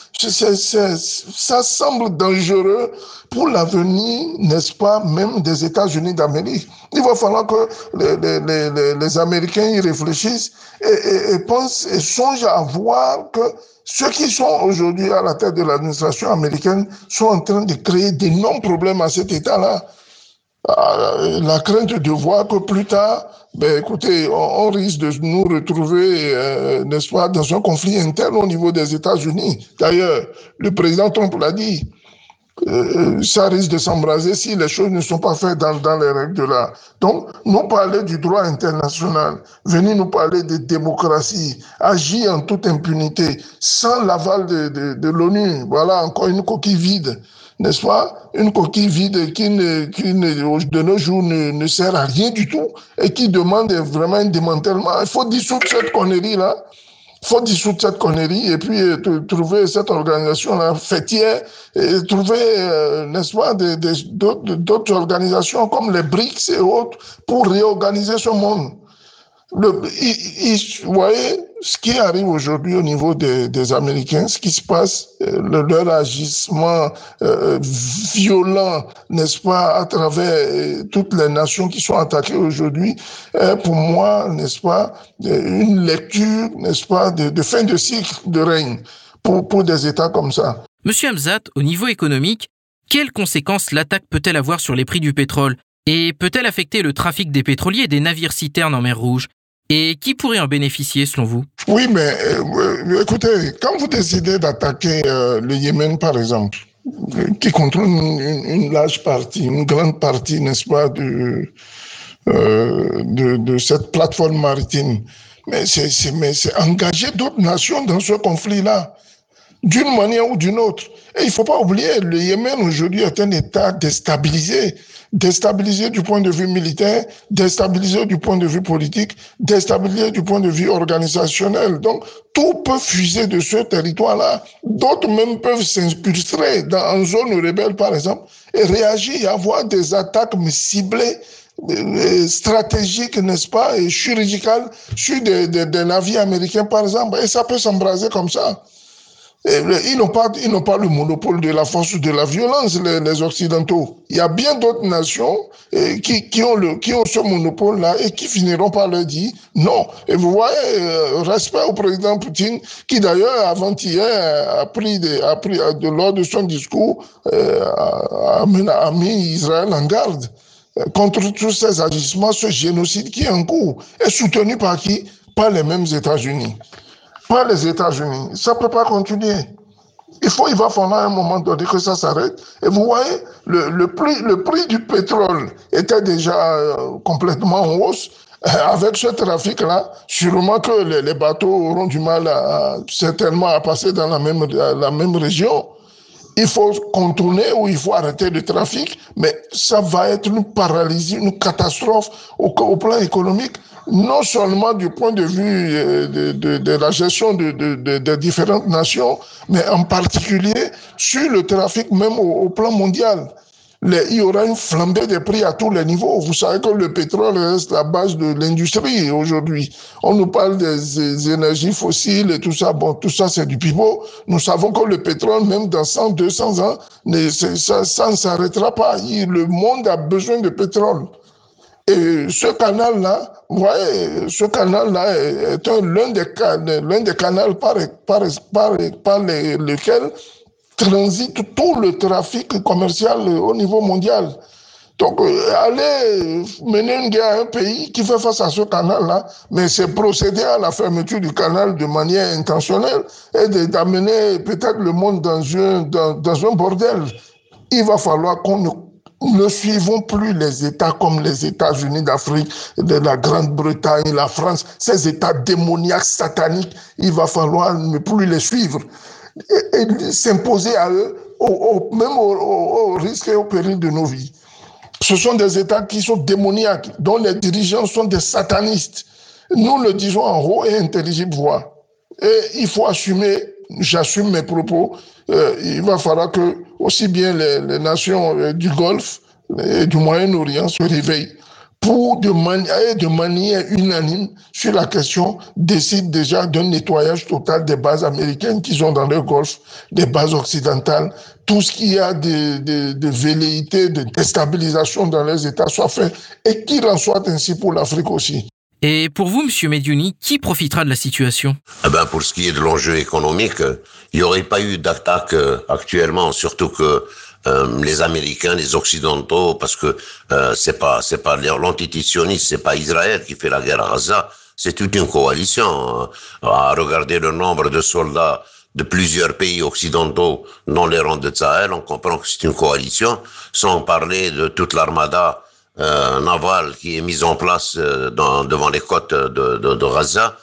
Ça semble dangereux pour l'avenir, n'est-ce pas, même des États-Unis d'Amérique. Il va falloir que les Américains y réfléchissent et pensent et songent à voir que ceux qui sont aujourd'hui à la tête de l'administration américaine sont en train de créer d'énormes problèmes à cet État-là. La crainte de voir que plus tard, écoutez, on risque de nous retrouver, n'est-ce pas, dans un conflit interne au niveau des États-Unis. D'ailleurs, le président Trump l'a dit. Ça risque de s'embraser si les choses ne sont pas faites dans les règles de l'art. Donc, nous parler du droit international, venir nous parler de démocratie, agir en toute impunité, sans l'aval de l'ONU, voilà encore une coquille vide. n'est-ce pas, une coquille vide qui de nos jours ne sert à rien du tout et qui demande vraiment un démantèlement. Il faut dissoudre cette connerie-là. Il faut dissoudre cette connerie et puis trouver cette organisation-là fêtière et trouver, n'est-ce pas, d'autres organisations comme les BRICS et autres pour réorganiser ce monde. Vous voyez ce qui arrive aujourd'hui au niveau des Américains, ce qui se passe, leur agissement violent, n'est-ce pas, à travers toutes les nations qui sont attaquées aujourd'hui, pour moi, n'est-ce pas, une lecture, n'est-ce pas, de fin de cycle de règne pour des États comme ça. Monsieur Hamzat, au niveau économique, quelles conséquences l'attaque peut-elle avoir sur les prix du pétrole? Et peut-elle affecter le trafic des pétroliers et des navires-citernes en mer Rouge? Et qui pourrait en bénéficier selon vous? Oui, mais écoutez, quand vous décidez d'attaquer le Yémen, par exemple, qui contrôle une large partie, une grande partie, n'est-ce pas, de cette plateforme maritime, mais c'est engager d'autres nations dans ce conflit-là, d'une manière ou d'une autre. Et il ne faut pas oublier, le Yémen aujourd'hui est un État déstabilisé du point de vue militaire, déstabilisé du point de vue politique, déstabilisé du point de vue organisationnel. Donc, tout peut fuser de ce territoire-là. D'autres même peuvent s'incruster en zone rebelle, par exemple, et réagir et avoir des attaques ciblées, stratégiques, n'est-ce pas, et chirurgicales sur des navires américains, par exemple. Et ça peut s'embraser comme ça. Ils n'ont pas le monopole de la force ou de la violence, les Occidentaux. Il y a bien d'autres nations qui ont ce monopole-là et qui finiront par leur dire non. Et vous voyez, respect au président Poutine, qui d'ailleurs, avant-hier, a pris lors de son discours, a mis Israël en garde contre tous ces agissements, ce génocide qui est en cours. Et soutenu par qui? Par les mêmes États-Unis. Pas les États-Unis. Ça ne peut pas continuer. Il va falloir à un moment donné que ça s'arrête. Et vous voyez, le prix du pétrole était déjà complètement en hausse. Avec ce trafic-là, sûrement que les bateaux auront du mal certainement à passer dans la même région. Il faut contourner ou il faut arrêter le trafic, mais ça va être une paralysie, une catastrophe au plan économique, non seulement du point de vue de la gestion des différentes nations, mais en particulier sur le trafic même au plan mondial. Il y aura une flambée des prix à tous les niveaux. Vous savez que le pétrole reste la base de l'industrie aujourd'hui. On nous parle des énergies fossiles et tout ça. Bon, tout ça, c'est du pipeau. Nous savons que le pétrole, même dans 100, 200 ans, ça ne s'arrêtera pas. Le monde a besoin de pétrole. Et ce canal-là, vous voyez, ce canal-là est l'un des canaux par lesquels transite tout le trafic commercial au niveau mondial. Donc, aller mener une guerre à un pays qui fait face à ce canal-là, mais c'est procéder à la fermeture du canal de manière intentionnelle et d'amener peut-être le monde dans un bordel. Il va falloir qu'on ne suivons plus les États comme les États-Unis d'Afrique, de la Grande-Bretagne, la France, ces États démoniaques, sataniques. Il va falloir ne plus les suivre et s'imposer à eux, même au risque et au péril de nos vies. Ce sont des États qui sont démoniaques, dont les dirigeants sont des satanistes. Nous le disons en haut et intelligible voix. Et il faut assumer, j'assume mes propos, il va falloir que aussi bien les nations du Golfe et du Moyen-Orient se réveillent pour de manière unanime sur la question, décident déjà d'un nettoyage total des bases américaines qu'ils ont dans le Golfe, des bases occidentales, tout ce qui a de velléité, de déstabilisation dans les États soit fait et qu'il en soit ainsi pour l'Afrique aussi. Et pour vous, M. Mediouni, qui profitera de la situation? Pour ce qui est de l'enjeu économique, il n'y aurait pas eu d'attaque actuellement, surtout que les Américains, les Occidentaux, parce que c'est pas l'antisioniste, c'est pas Israël qui fait la guerre à Gaza, c'est toute une coalition. À regarder le nombre de soldats de plusieurs pays occidentaux dans les rangs de Sahel, on comprend que c'est une coalition, sans parler de toute l'armada navale qui est mise en place devant les côtes de Gaza.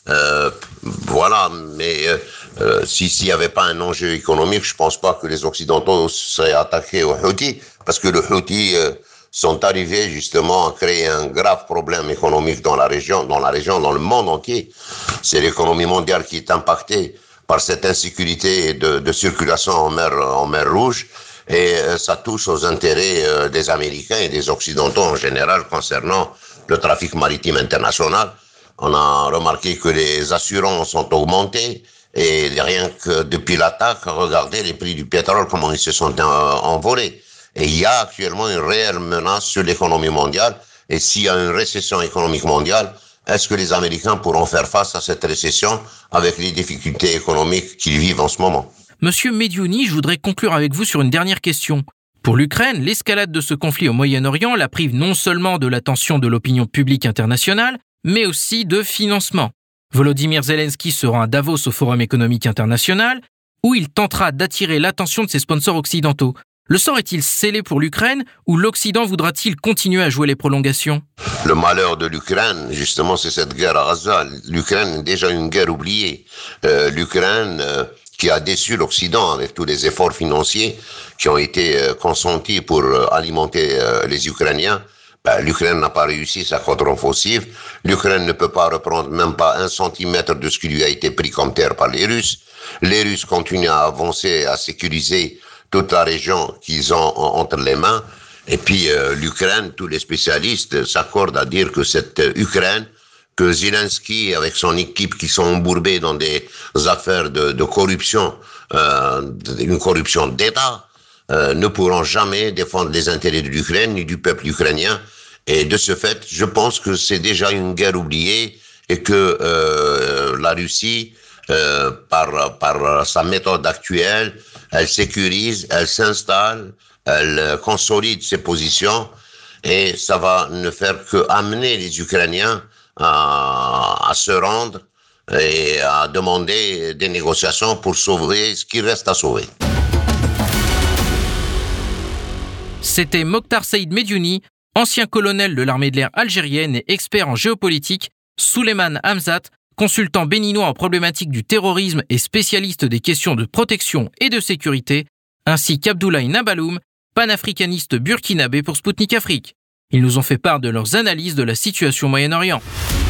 Voilà, mais s'il n'y avait pas un enjeu économique, je ne pense pas que les Occidentaux seraient attaqués aux Houthis, parce que les Houthis sont arrivés justement à créer un grave problème économique dans la région, dans le monde entier. C'est l'économie mondiale qui est impactée par cette insécurité de circulation en mer Rouge, et ça touche aux intérêts des Américains et des Occidentaux en général concernant le trafic maritime international. On a remarqué que les assurances ont augmenté, et rien que depuis l'attaque, regardez les prix du pétrole, comment ils se sont envolés. Et il y a actuellement une réelle menace sur l'économie mondiale. Et s'il y a une récession économique mondiale, est-ce que les Américains pourront faire face à cette récession avec les difficultés économiques qu'ils vivent en ce moment? Monsieur Mediouni, je voudrais conclure avec vous sur une dernière question. Pour l'Ukraine, l'escalade de ce conflit au Moyen-Orient la prive non seulement de l'attention de l'opinion publique internationale, mais aussi de financement. Volodymyr Zelensky se rend à Davos au Forum économique international, où il tentera d'attirer l'attention de ses sponsors occidentaux. Le sort est-il scellé pour l'Ukraine, ou l'Occident voudra-t-il continuer à jouer les prolongations? Le malheur de l'Ukraine, justement, c'est cette guerre à Gaza. L'Ukraine est déjà une guerre oubliée. L'Ukraine qui a déçu l'Occident avec tous les efforts financiers qui ont été consentis pour alimenter les Ukrainiens. L'Ukraine n'a pas réussi sa contre-offensive. L'Ukraine ne peut pas reprendre même pas 1 centimètre de ce qui lui a été pris comme terre par les Russes. Les Russes continuent à avancer, à sécuriser toute la région qu'ils ont entre les mains. Et puis l'Ukraine, tous les spécialistes s'accordent à dire que cette Ukraine, que Zelensky avec son équipe qui sont embourbés dans des affaires de corruption, une corruption d'État, ne pourront jamais défendre les intérêts de l'Ukraine ni du peuple ukrainien. Et de ce fait, je pense que c'est déjà une guerre oubliée et que la Russie, par sa méthode actuelle, elle sécurise, elle s'installe, elle consolide ses positions, et ça va ne faire que amener les Ukrainiens à se rendre et à demander des négociations pour sauver ce qui reste à sauver. C'était Mokhtar Saïd Mediouni, ancien colonel de l'armée de l'air algérienne et expert en géopolitique, Souleymane Hamzat, consultant béninois en problématiques du terrorisme et spécialiste des questions de protection et de sécurité, ainsi qu'Abdoulaye Nabaloum, panafricaniste burkinabé pour Spoutnik Afrique. Ils nous ont fait part de leurs analyses de la situation au Moyen-Orient.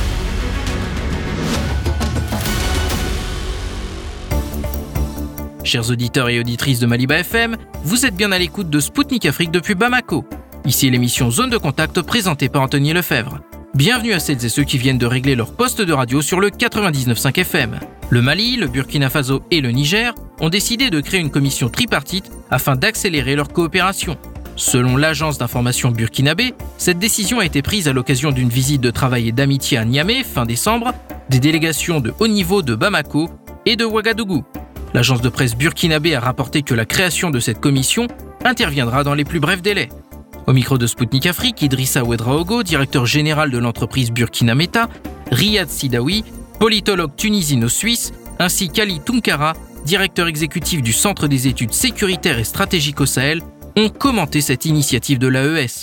Chers auditeurs et auditrices de Maliba FM, vous êtes bien à l'écoute de Spoutnik Afrique depuis Bamako. Ici l'émission Zone de Contact présentée par Anthony Lefebvre. Bienvenue à celles et ceux qui viennent de régler leur poste de radio sur le 99.5 FM. Le Mali, le Burkina Faso et le Niger ont décidé de créer une commission tripartite afin d'accélérer leur coopération. Selon l'agence d'information burkinabé, cette décision a été prise à l'occasion d'une visite de travail et d'amitié à Niamey fin décembre, des délégations de haut niveau de Bamako et de Ouagadougou. L'agence de presse burkinabé a rapporté que la création de cette commission interviendra dans les plus brefs délais. Au micro de Spoutnik Afrique, Idrissa Ouedraogo, directeur général de l'entreprise Burkina Meta, Riyad Sidawi, politologue tunisino-suisse, ainsi qu'Ali Tunkara, directeur exécutif du Centre des études sécuritaires et stratégiques au Sahel, ont commenté cette initiative de l'AES.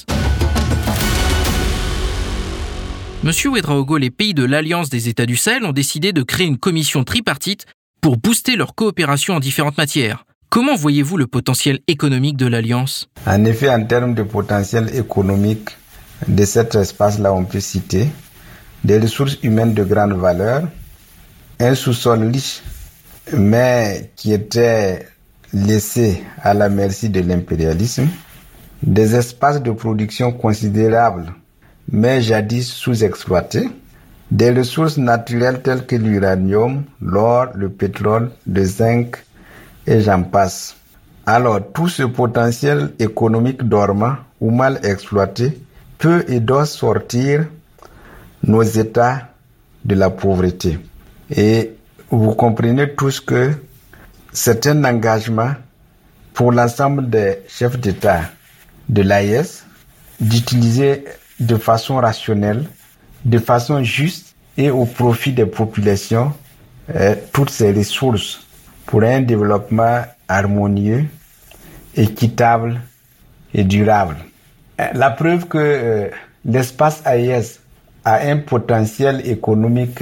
Monsieur Ouedraogo, les pays de l'Alliance des États du Sahel ont décidé de créer une commission tripartite pour booster leur coopération en différentes matières. Comment voyez-vous le potentiel économique de l'Alliance? En effet, en termes de potentiel économique de cet espace-là, on peut citer des ressources humaines de grande valeur, un sous-sol riche, mais qui était laissé à la merci de l'impérialisme, des espaces de production considérables, mais jadis sous-exploités, des ressources naturelles telles que l'uranium, l'or, le pétrole, le zinc, et j'en passe. Alors, tout ce potentiel économique dormant ou mal exploité peut et doit sortir nos États de la pauvreté. Et vous comprenez tous que c'est un engagement pour l'ensemble des chefs d'État de l'AES d'utiliser de façon rationnelle, de façon juste et au profit des populations toutes ces ressources pour un développement harmonieux, équitable et durable. La preuve que l'espace AES a un potentiel économique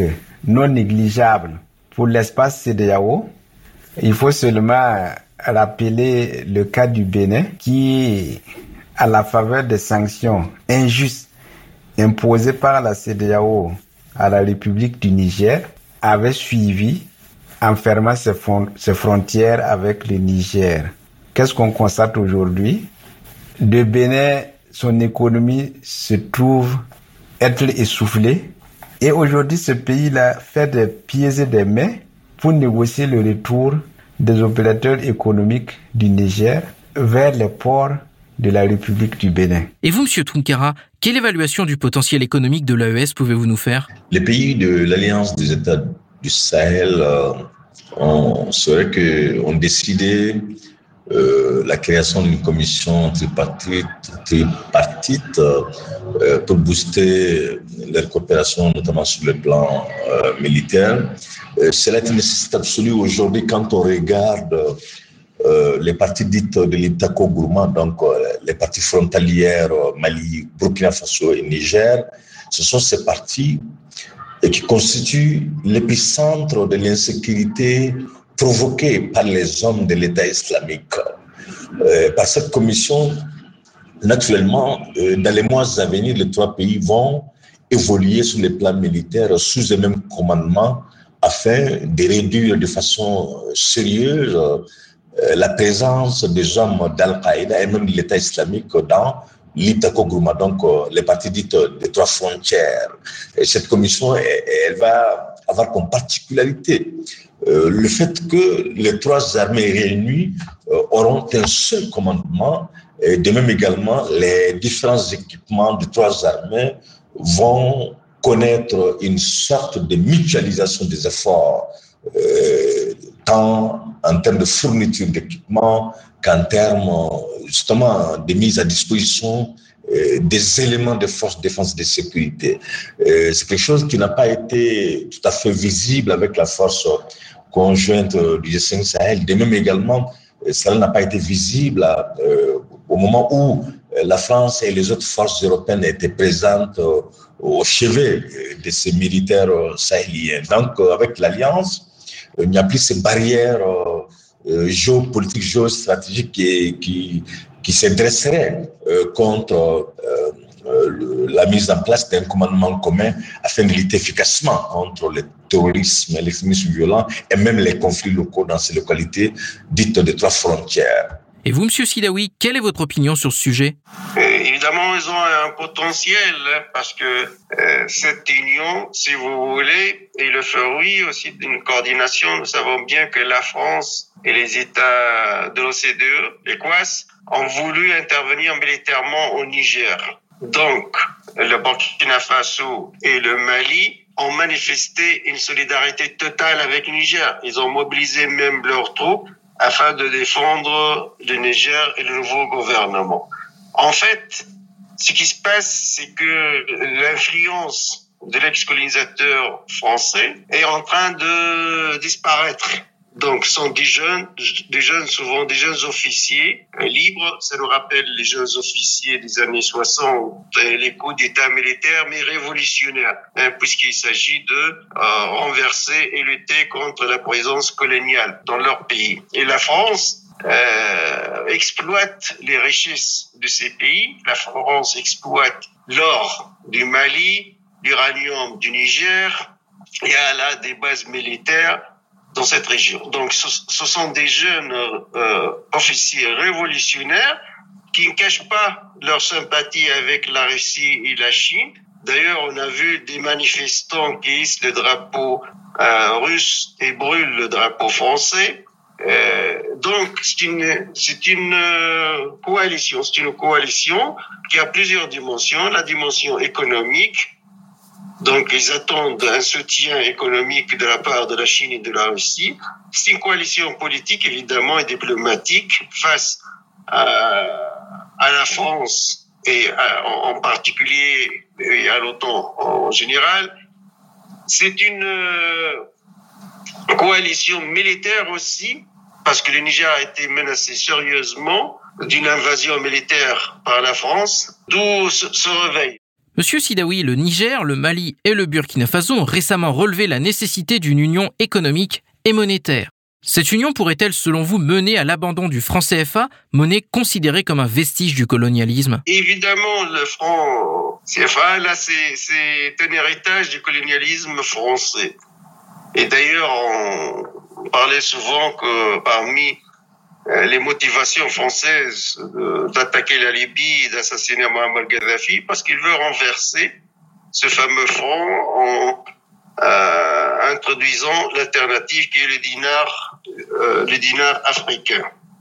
non négligeable pour l'espace CEDEAO. Il faut seulement rappeler le cas du Bénin qui, à la faveur des sanctions injustes imposées par la CEDEAO à la République du Niger, avait suivi en fermant ses frontières avec le Niger. Qu'est-ce qu'on constate aujourd'hui? Le Bénin, son économie se trouve être essoufflée. Et aujourd'hui, ce pays-là fait des pieds et des mains pour négocier le retour des opérateurs économiques du Niger vers les ports de la République du Bénin. Et vous, M. Tounkara, quelle évaluation du potentiel économique de l'AES pouvez-vous nous faire? Les pays de l'Alliance des États du Sahel ont décidé la création d'une commission tripartite pour booster leur coopération, notamment sur le plan militaire. Cela est une nécessité absolue aujourd'hui quand on regarde les parties dites de l'Itako-Gourma, donc les parties frontalières Mali, Burkina Faso et Niger. Ce sont ces parties qui constituent l'épicentre de l'insécurité provoquée par les hommes de l'État islamique. Par cette commission, naturellement, dans les mois à venir, les trois pays vont évoluer sur le plan militaire sous le même commandement afin de réduire de façon sérieuse la présence des hommes d'Al-Qaïda et même de l'État islamique dans l'Itako-Gourma, donc les parties dites des trois frontières. Et cette commission, elle va avoir comme particularité le fait que les trois armées réunies auront un seul commandement, et de même également les différents équipements des trois armées vont connaître une sorte de mutualisation des efforts, tant en termes de fourniture d'équipements qu'en termes justement de mise à disposition des éléments de force de défense et de sécurité. C'est quelque chose qui n'a pas été tout à fait visible avec la force conjointe du G5 Sahel. De même également, cela n'a pas été visible au moment où la France et les autres forces européennes étaient présentes au chevet de ces militaires sahéliens. Donc, avec l'Alliance, il n'y a plus ces barrières géopolitiques, géostratégiques qui se dresseraient contre la mise en place d'un commandement commun afin de lutter efficacement contre le terrorisme, l'extrémisme violent et même les conflits locaux dans ces localités dites des trois frontières. Et vous, M. Sidaoui, quelle est votre opinion sur ce sujet? Évidemment, ils ont un potentiel parce que cette union, si vous voulez, est le fruit aussi d'une coordination. Nous savons bien que la France et les États de l'OCDE, l'ECOWAS, ont voulu intervenir militairement au Niger. Donc, le Burkina Faso et le Mali ont manifesté une solidarité totale avec le Niger. Ils ont mobilisé même leurs troupes afin de défendre le Niger et le nouveau gouvernement. En fait, ce qui se passe, c'est que l'influence de l'ex-colonisateur français est en train de disparaître. Donc, ce sont des jeunes, souvent des jeunes officiers libres. Ça nous rappelle les jeunes officiers des années 60, les coups d'État militaires, mais révolutionnaires, puisqu'il s'agit de renverser et lutter contre la présence coloniale dans leur pays. Et la France exploite les richesses de ces pays. La France exploite l'or du Mali, l'uranium du Niger, et elle a des bases militaires dans cette région. Donc, ce sont des jeunes officiers révolutionnaires qui ne cachent pas leur sympathie avec la Russie et la Chine. D'ailleurs, on a vu des manifestants qui hissent le drapeau russe et brûlent le drapeau français. Donc, c'est une coalition. C'est une coalition qui a plusieurs dimensions. La dimension économique. Donc, ils attendent un soutien économique de la part de la Chine et de la Russie. C'est une coalition politique, évidemment, et diplomatique face à la France et en particulier et à l'OTAN en général. C'est une coalition militaire aussi, parce que le Niger a été menacé sérieusement d'une invasion militaire par la France, d'où ce réveil. Monsieur Sidaoui, le Niger, le Mali et le Burkina Faso ont récemment relevé la nécessité d'une union économique et monétaire. Cette union pourrait-elle, selon vous, mener à l'abandon du franc CFA, monnaie considérée comme un vestige du colonialisme? Évidemment, le franc CFA, là, c'est un héritage du colonialisme français. Et d'ailleurs, on parlait souvent que parmi les motivations françaises d'attaquer la Libye et d'assassiner Mohamed Gaddafi, parce qu'il veut renverser ce fameux franc en introduisant l'alternative qui est le dinar africain.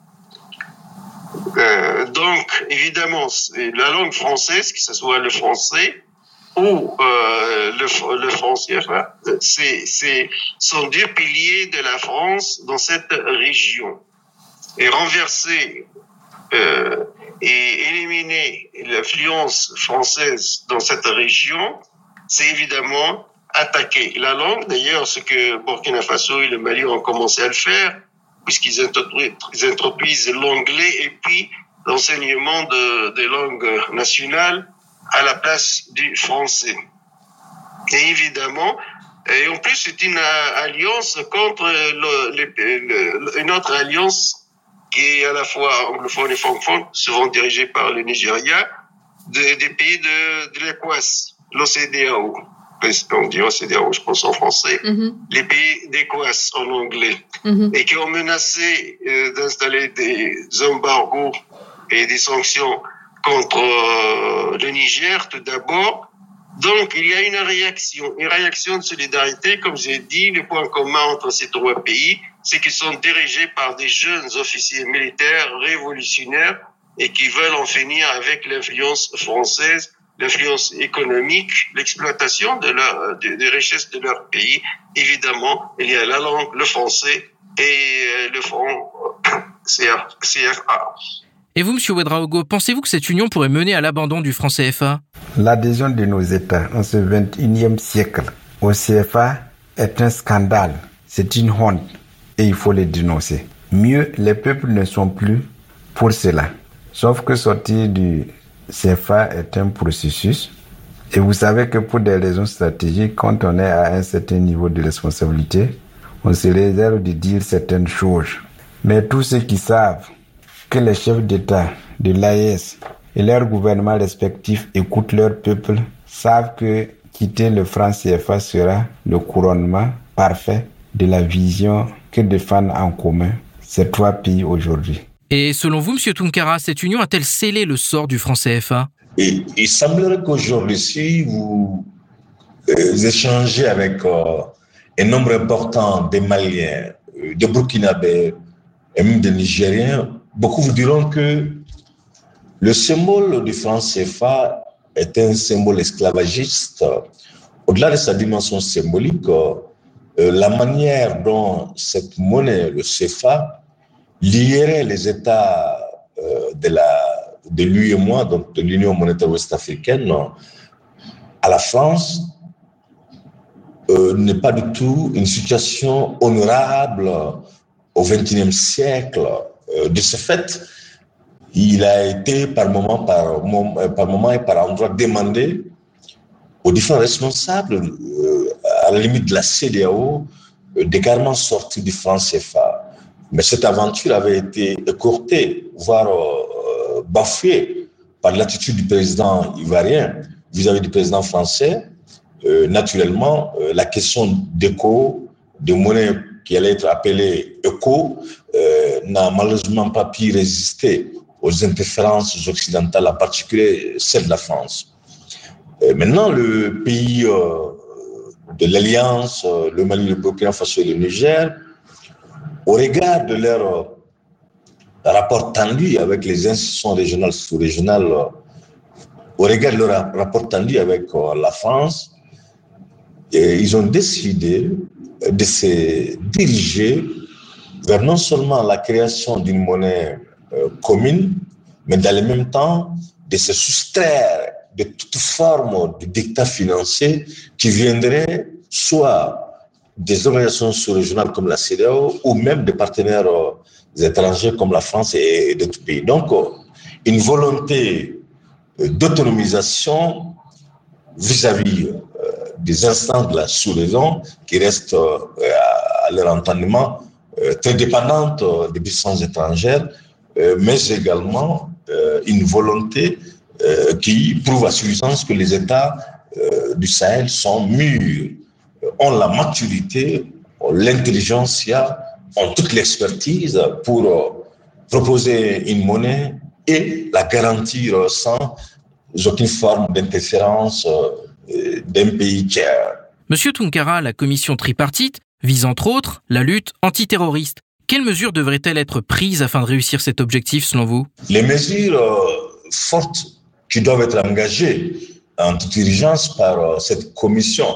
Donc, évidemment, la langue française, que ce soit le français ou le franc CFA, sont deux piliers de la France dans cette région. Et renverser et éliminer l'influence française dans cette région, c'est évidemment attaquer la langue. D'ailleurs, ce que Burkina Faso et le Mali ont commencé à le faire, puisqu'ils introduisent l'anglais et puis l'enseignement des langues nationales à la place du français. Et évidemment, et en plus, c'est une alliance contre une autre alliance qui est à la fois anglophone et francophone, souvent dirigée par le Nigeria, des pays de l'ECOWAS, l'OCDEAO. On dit OCDEAO, je pense en français. Les pays d'ECOWAS en anglais. Et qui ont menacé d'installer des embargos et des sanctions contre le Niger, tout d'abord. Donc, il y a une réaction de solidarité. Comme j'ai dit, le point commun entre ces trois pays, c'est qu'ils sont dirigés par des jeunes officiers militaires révolutionnaires et qui veulent en finir avec l'influence française, l'influence économique, l'exploitation des richesses de leur pays. Évidemment, il y a la langue, le français et le franc CFA. Et vous, M. Ouedraogo, pensez-vous que cette union pourrait mener à l'abandon du franc CFA? L'adhésion de nos États en ce 21e siècle au CFA est un scandale. C'est une honte et il faut le dénoncer. Mieux, les peuples ne sont plus pour cela. Sauf que sortir du CFA est un processus. Et vous savez que pour des raisons stratégiques, quand on est à un certain niveau de responsabilité, on se réserve de dire certaines choses. Mais tous ceux qui savent que les chefs d'État de l'AES et leurs gouvernements respectifs écoutent leur peuple, savent que quitter le franc CFA sera le couronnement parfait de la vision que défendent en commun ces trois pays aujourd'hui. Et selon vous, M. Tounkara, cette union a-t-elle scellé le sort du franc CFA? Et il semblerait qu'aujourd'hui, si vous échangez avec un nombre important de Maliens, de Burkinabés et même des Nigériens, beaucoup vous diront que le symbole du franc CFA est un symbole esclavagiste. Au-delà de sa dimension symbolique, la manière dont cette monnaie, le CFA, lierait les États de l'UEMOA, donc de l'Union monétaire ouest-africaine, à la France, n'est pas du tout une situation honorable au XXIe siècle. De ce fait, il a été par moment et par endroit demandé aux différents responsables, à la limite de la CEDEAO, d'également sortir du franc CFA. Mais cette aventure avait été écourtée, voire bafouée par l'attitude du président ivoirien vis-à-vis du président français. Naturellement, la question d'éco, de monnaie qui allait être appelée éco, n'a malheureusement pas pu résister aux interférences occidentales, en particulier celle de la France. Maintenant, le pays de l'Alliance, le Mali, le Burkina Faso et le Niger, au regard de leur rapport tendu avec les institutions régionales, sous-régionales, au regard de leur rapport tendu avec la France, ils ont décidé de se diriger vers non seulement la création d'une monnaie commune, mais dans le même temps de se soustraire de toute forme de dictat financier qui viendrait soit des organisations sous-régionales comme la CEDEAO ou même des partenaires étrangers comme la France et d'autres pays. Donc, une volonté d'autonomisation vis-à-vis des instances de la sous-région qui restent à leur entendement très dépendantes des puissances étrangères, mais également une volonté qui prouve à suffisance que les États du Sahel sont mûrs, ont la maturité, ont l'intelligence, ont toute l'expertise pour proposer une monnaie et la garantir sans aucune forme d'interférence d'un pays tiers. Monsieur Tounkara, la commission tripartite vise entre autres la lutte antiterroriste. Quelles mesures devraient-elles être prises afin de réussir cet objectif selon vous ? Les mesures fortes qui doivent être engagées en toute urgence par cette commission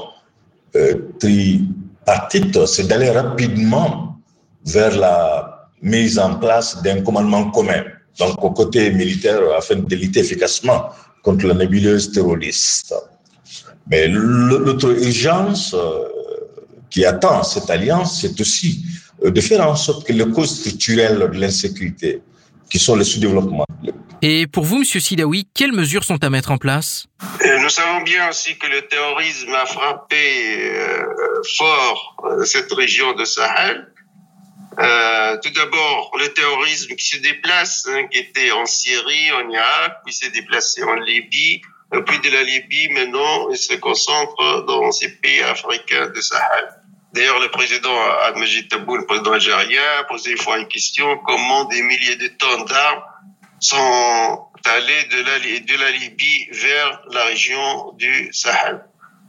tripartite, c'est d'aller rapidement vers la mise en place d'un commandement commun, donc au côté militaire, afin de lutter efficacement contre la nébuleuse terroriste. Mais l'autre urgence qui attend cette alliance, c'est aussi de faire en sorte que les causes structurelles de l'insécurité, qui sont le sous-développement. Et pour vous, M. Sidaoui, quelles mesures sont à mettre en place ? Nous savons bien aussi que le terrorisme a frappé fort cette région de Sahel. Tout d'abord, le terrorisme qui se déplace, qui était en Syrie, en Irak, puis s'est déplacé en Libye, puis de la Libye, maintenant, il se concentre dans ces pays africains de Sahel. D'ailleurs, le président Ahmed Tebboune, le président algérien, a posé une fois une question, comment des milliers de tonnes d'armes sont allées de la Libye vers la région du Sahel.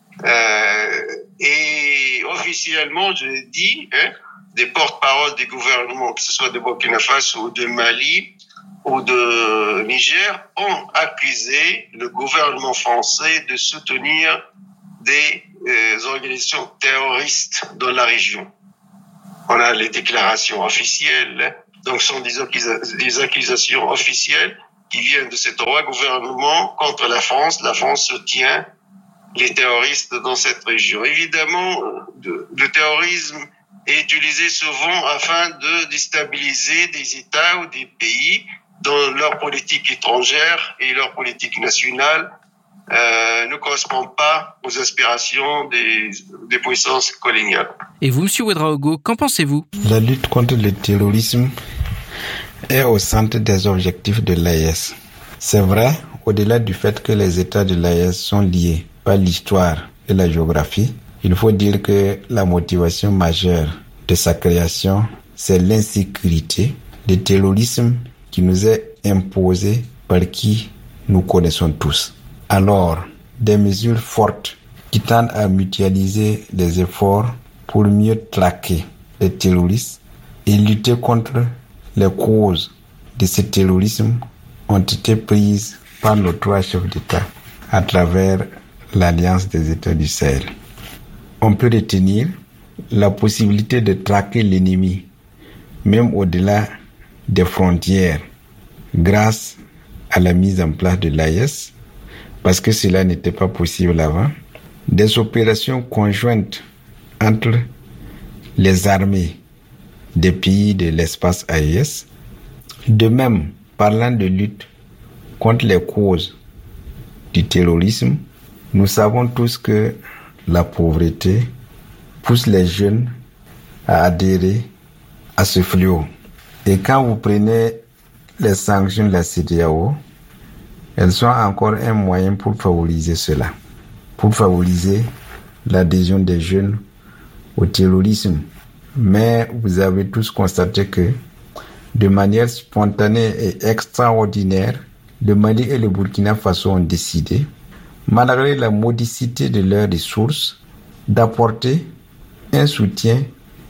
Et officiellement, je l'ai dit, des porte-paroles du gouvernement, que ce soit de Burkina Faso ou de Mali ou de Niger, ont accusé le gouvernement français de soutenir des organisations terroristes dans la région. On a les déclarations officielles, donc ce sont des accusations officielles qui viennent de ces trois gouvernements contre la France. La France soutient les terroristes dans cette région. Évidemment, le terrorisme est utilisé souvent afin de déstabiliser des États ou des pays dans leur politique étrangère et leur politique nationale ne correspond pas aux aspirations des puissances coloniales. Et vous, M. Ouedraogo, qu'en pensez-vous ? La lutte contre le terrorisme est au centre des objectifs de l'AES. C'est vrai, au-delà du fait que les États de l'AES sont liés par l'histoire et la géographie, il faut dire que la motivation majeure de sa création, c'est l'insécurité, le terrorisme qui nous est imposé par qui nous connaissons tous. Alors, des mesures fortes qui tendent à mutualiser les efforts pour mieux traquer les terroristes et lutter contre les causes de ce terrorisme ont été prises par nos trois chefs d'État à travers l'Alliance des États du Sahel. On peut retenir la possibilité de traquer l'ennemi, même au-delà des frontières, grâce à la mise en place de l'AES, parce que cela n'était pas possible avant, des opérations conjointes entre les armées des pays de l'espace AES. De même, parlant de lutte contre les causes du terrorisme, nous savons tous que la pauvreté pousse les jeunes à adhérer à ce fléau. Et quand vous prenez les sanctions de la CEDEAO, elles sont encore un moyen pour favoriser cela, pour favoriser l'adhésion des jeunes au terrorisme. Mais vous avez tous constaté que, de manière spontanée et extraordinaire, le Mali et le Burkina Faso ont décidé, malgré la modicité de leurs ressources, d'apporter un soutien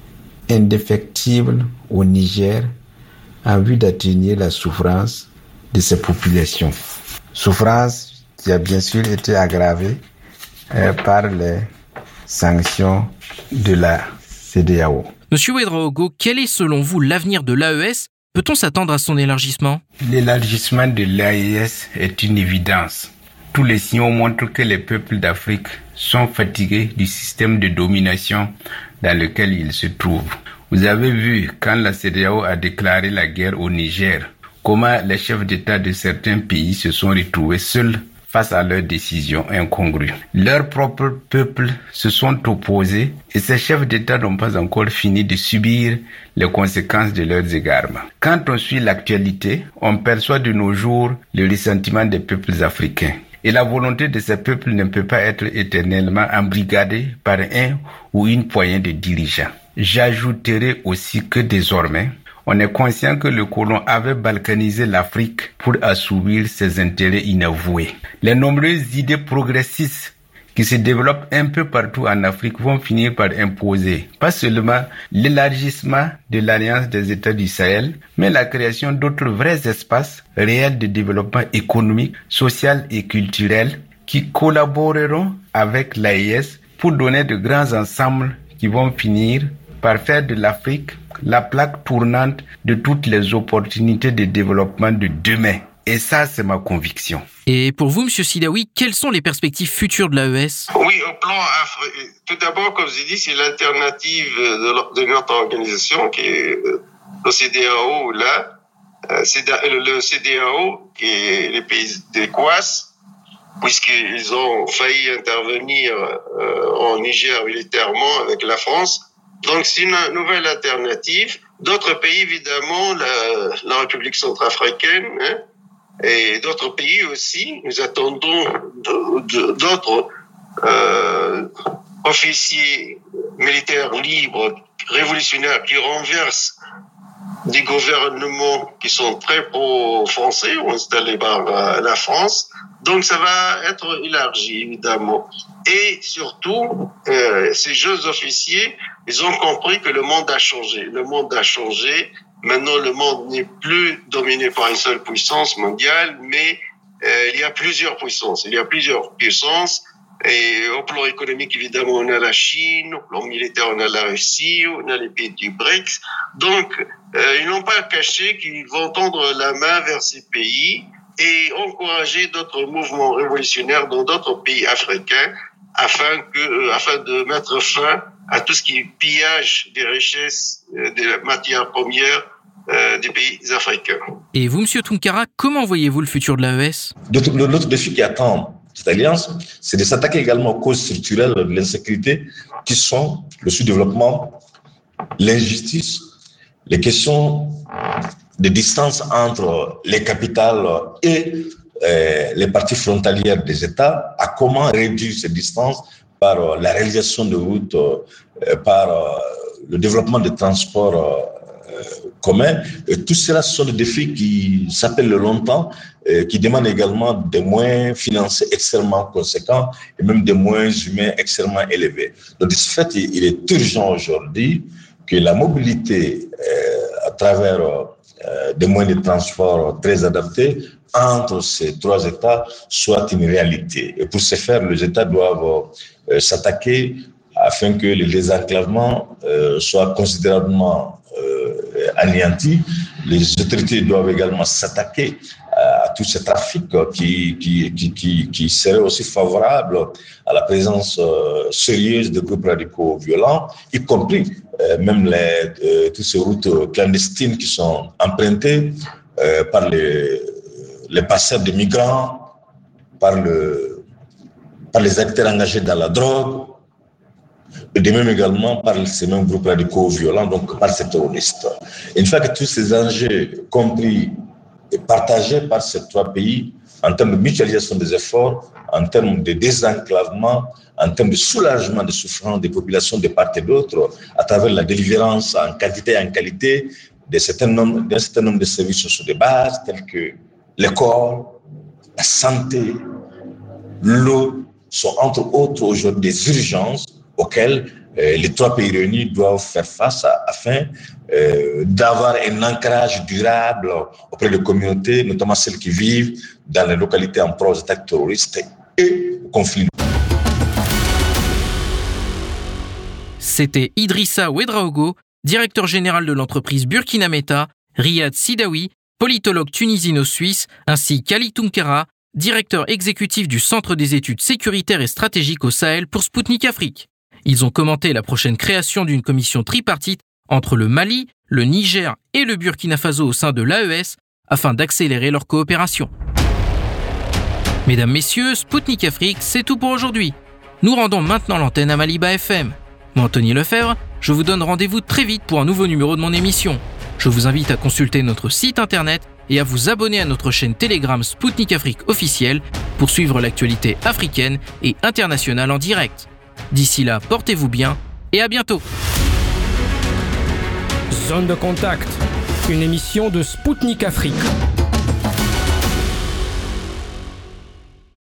indéfectible au Niger en vue d'atténuer la souffrance de ces populations. Souffrance qui a bien sûr été aggravée par les sanctions de la CEDEAO. Monsieur Ouedraogo, quel est selon vous l'avenir de l'AES ? Peut-on s'attendre à son élargissement ? L'élargissement de l'AES est une évidence. Tous les signaux montrent que les peuples d'Afrique sont fatigués du système de domination dans lequel ils se trouvent. Vous avez vu, quand la CEDEAO a déclaré la guerre au Niger, comment les chefs d'État de certains pays se sont retrouvés seuls face à leurs décisions incongrues. Leurs propres peuples se sont opposés et ces chefs d'État n'ont pas encore fini de subir les conséquences de leurs égarements. Quand on suit l'actualité, on perçoit de nos jours le ressentiment des peuples africains. Et la volonté de ces peuples ne peut pas être éternellement embrigadée par un ou une poignée de dirigeants. J'ajouterai aussi que désormais, on est conscient que le colon avait balkanisé l'Afrique pour assouvir ses intérêts inavoués. Les nombreuses idées progressistes qui se développent un peu partout en Afrique vont finir par imposer pas seulement l'élargissement de l'Alliance des États du Sahel, mais la création d'autres vrais espaces réels de développement économique, social et culturel qui collaboreront avec l'AES pour donner de grands ensembles qui vont finir par faire de l'Afrique la plaque tournante de toutes les opportunités de développement de demain. Et ça, c'est ma conviction. Et pour vous, M. Sidaoui, quelles sont les perspectives futures de l'AES ? Oui, au plan africain, tout d'abord, comme je dis, c'est l'alternative de notre organisation qui est le CEDEAO, là. Le CEDEAO, qui est les pays d'ECOWAS, puisqu'ils ont failli intervenir en Niger militairement avec la France. Donc, c'est une nouvelle alternative. D'autres pays, évidemment, la République centrafricaine, hein, et d'autres pays aussi. Nous attendons d'autres officiers militaires libres, révolutionnaires, qui renversent des gouvernements qui sont très pro-français ou installés par la France. Donc, ça va être élargi, évidemment. Et surtout, ces jeunes officiers, ils ont compris que le monde a changé. Le monde a changé. Maintenant, le monde n'est plus dominé par une seule puissance mondiale, mais il y a plusieurs puissances. Et au plan économique, évidemment, on a la Chine. Au plan militaire, on a la Russie. On a les pays du BRICS. Donc, ils n'ont pas caché qu'ils vont tendre la main vers ces pays et encourager d'autres mouvements révolutionnaires dans d'autres pays africains afin de mettre fin à tout ce qui est pillage des richesses, des matières premières des pays africains. Et vous, M. Tounkara, comment voyez-vous le futur de l'AES ? L'autre défi qui attend cette alliance, c'est de s'attaquer également aux causes structurelles de l'insécurité qui sont le sous-développement, l'injustice, les questions de distance entre les capitales et les parties frontalières des États, à comment réduire ces distances par la réalisation de routes, par le développement de transports communs. Et tout cela sont des défis qui s'appellent le longtemps, qui demandent également des moyens financiers extrêmement conséquents et même des moyens humains extrêmement élevés. Donc, de ce fait, il est urgent aujourd'hui que la mobilité à travers des moyens de transport très adaptés entre ces trois États soit une réalité. Et pour ce faire, les États doivent s'attaquer afin que le désenclavement soit considérablement anéanti. Les autorités doivent également s'attaquer à tout ce trafic qui serait aussi favorable à la présence sérieuse de groupes radicaux violents, y compris même toutes ces routes clandestines qui sont empruntées par les passeurs de migrants, par les acteurs engagés dans la drogue, et de même également par ces mêmes groupes radicaux violents, donc par ces terroristes. Une fois que tous ces enjeux compris et partagés par ces trois pays, en termes de mutualisation des efforts, en termes de désenclavement, en termes de soulagement des souffrances des populations de part et d'autre, à travers la délivrance en quantité et en qualité d'un certain nombre de services sociaux de base, tels que l'école, la santé, l'eau, sont entre autres aujourd'hui des urgences auxquelles les trois pays réunis doivent faire face afin d'avoir un ancrage durable auprès des communautés, notamment celles qui vivent dans les localités en proie aux attaques terroristes et aux conflits. C'était Idrissa Ouedraogo, directeur général de l'entreprise Burkina Meta, Riyad Sidaoui, politologue tunisino-suisse, ainsi qu'Ali Tounkara, directeur exécutif du Centre des études sécuritaires et stratégiques au Sahel pour Spoutnik Afrique. Ils ont commenté la prochaine création d'une commission tripartite entre le Mali, le Niger et le Burkina Faso au sein de l'AES afin d'accélérer leur coopération. Mesdames, Messieurs, Spoutnik Afrique, c'est tout pour aujourd'hui. Nous rendons maintenant l'antenne à Maliba FM. Moi, Anthony Lefebvre, je vous donne rendez-vous très vite pour un nouveau numéro de mon émission. Je vous invite à consulter notre site internet et à vous abonner à notre chaîne Telegram Spoutnik Afrique officielle pour suivre l'actualité africaine et internationale en direct. D'ici là, portez-vous bien et à bientôt. Zone de contact, une émission de Spoutnik Afrique.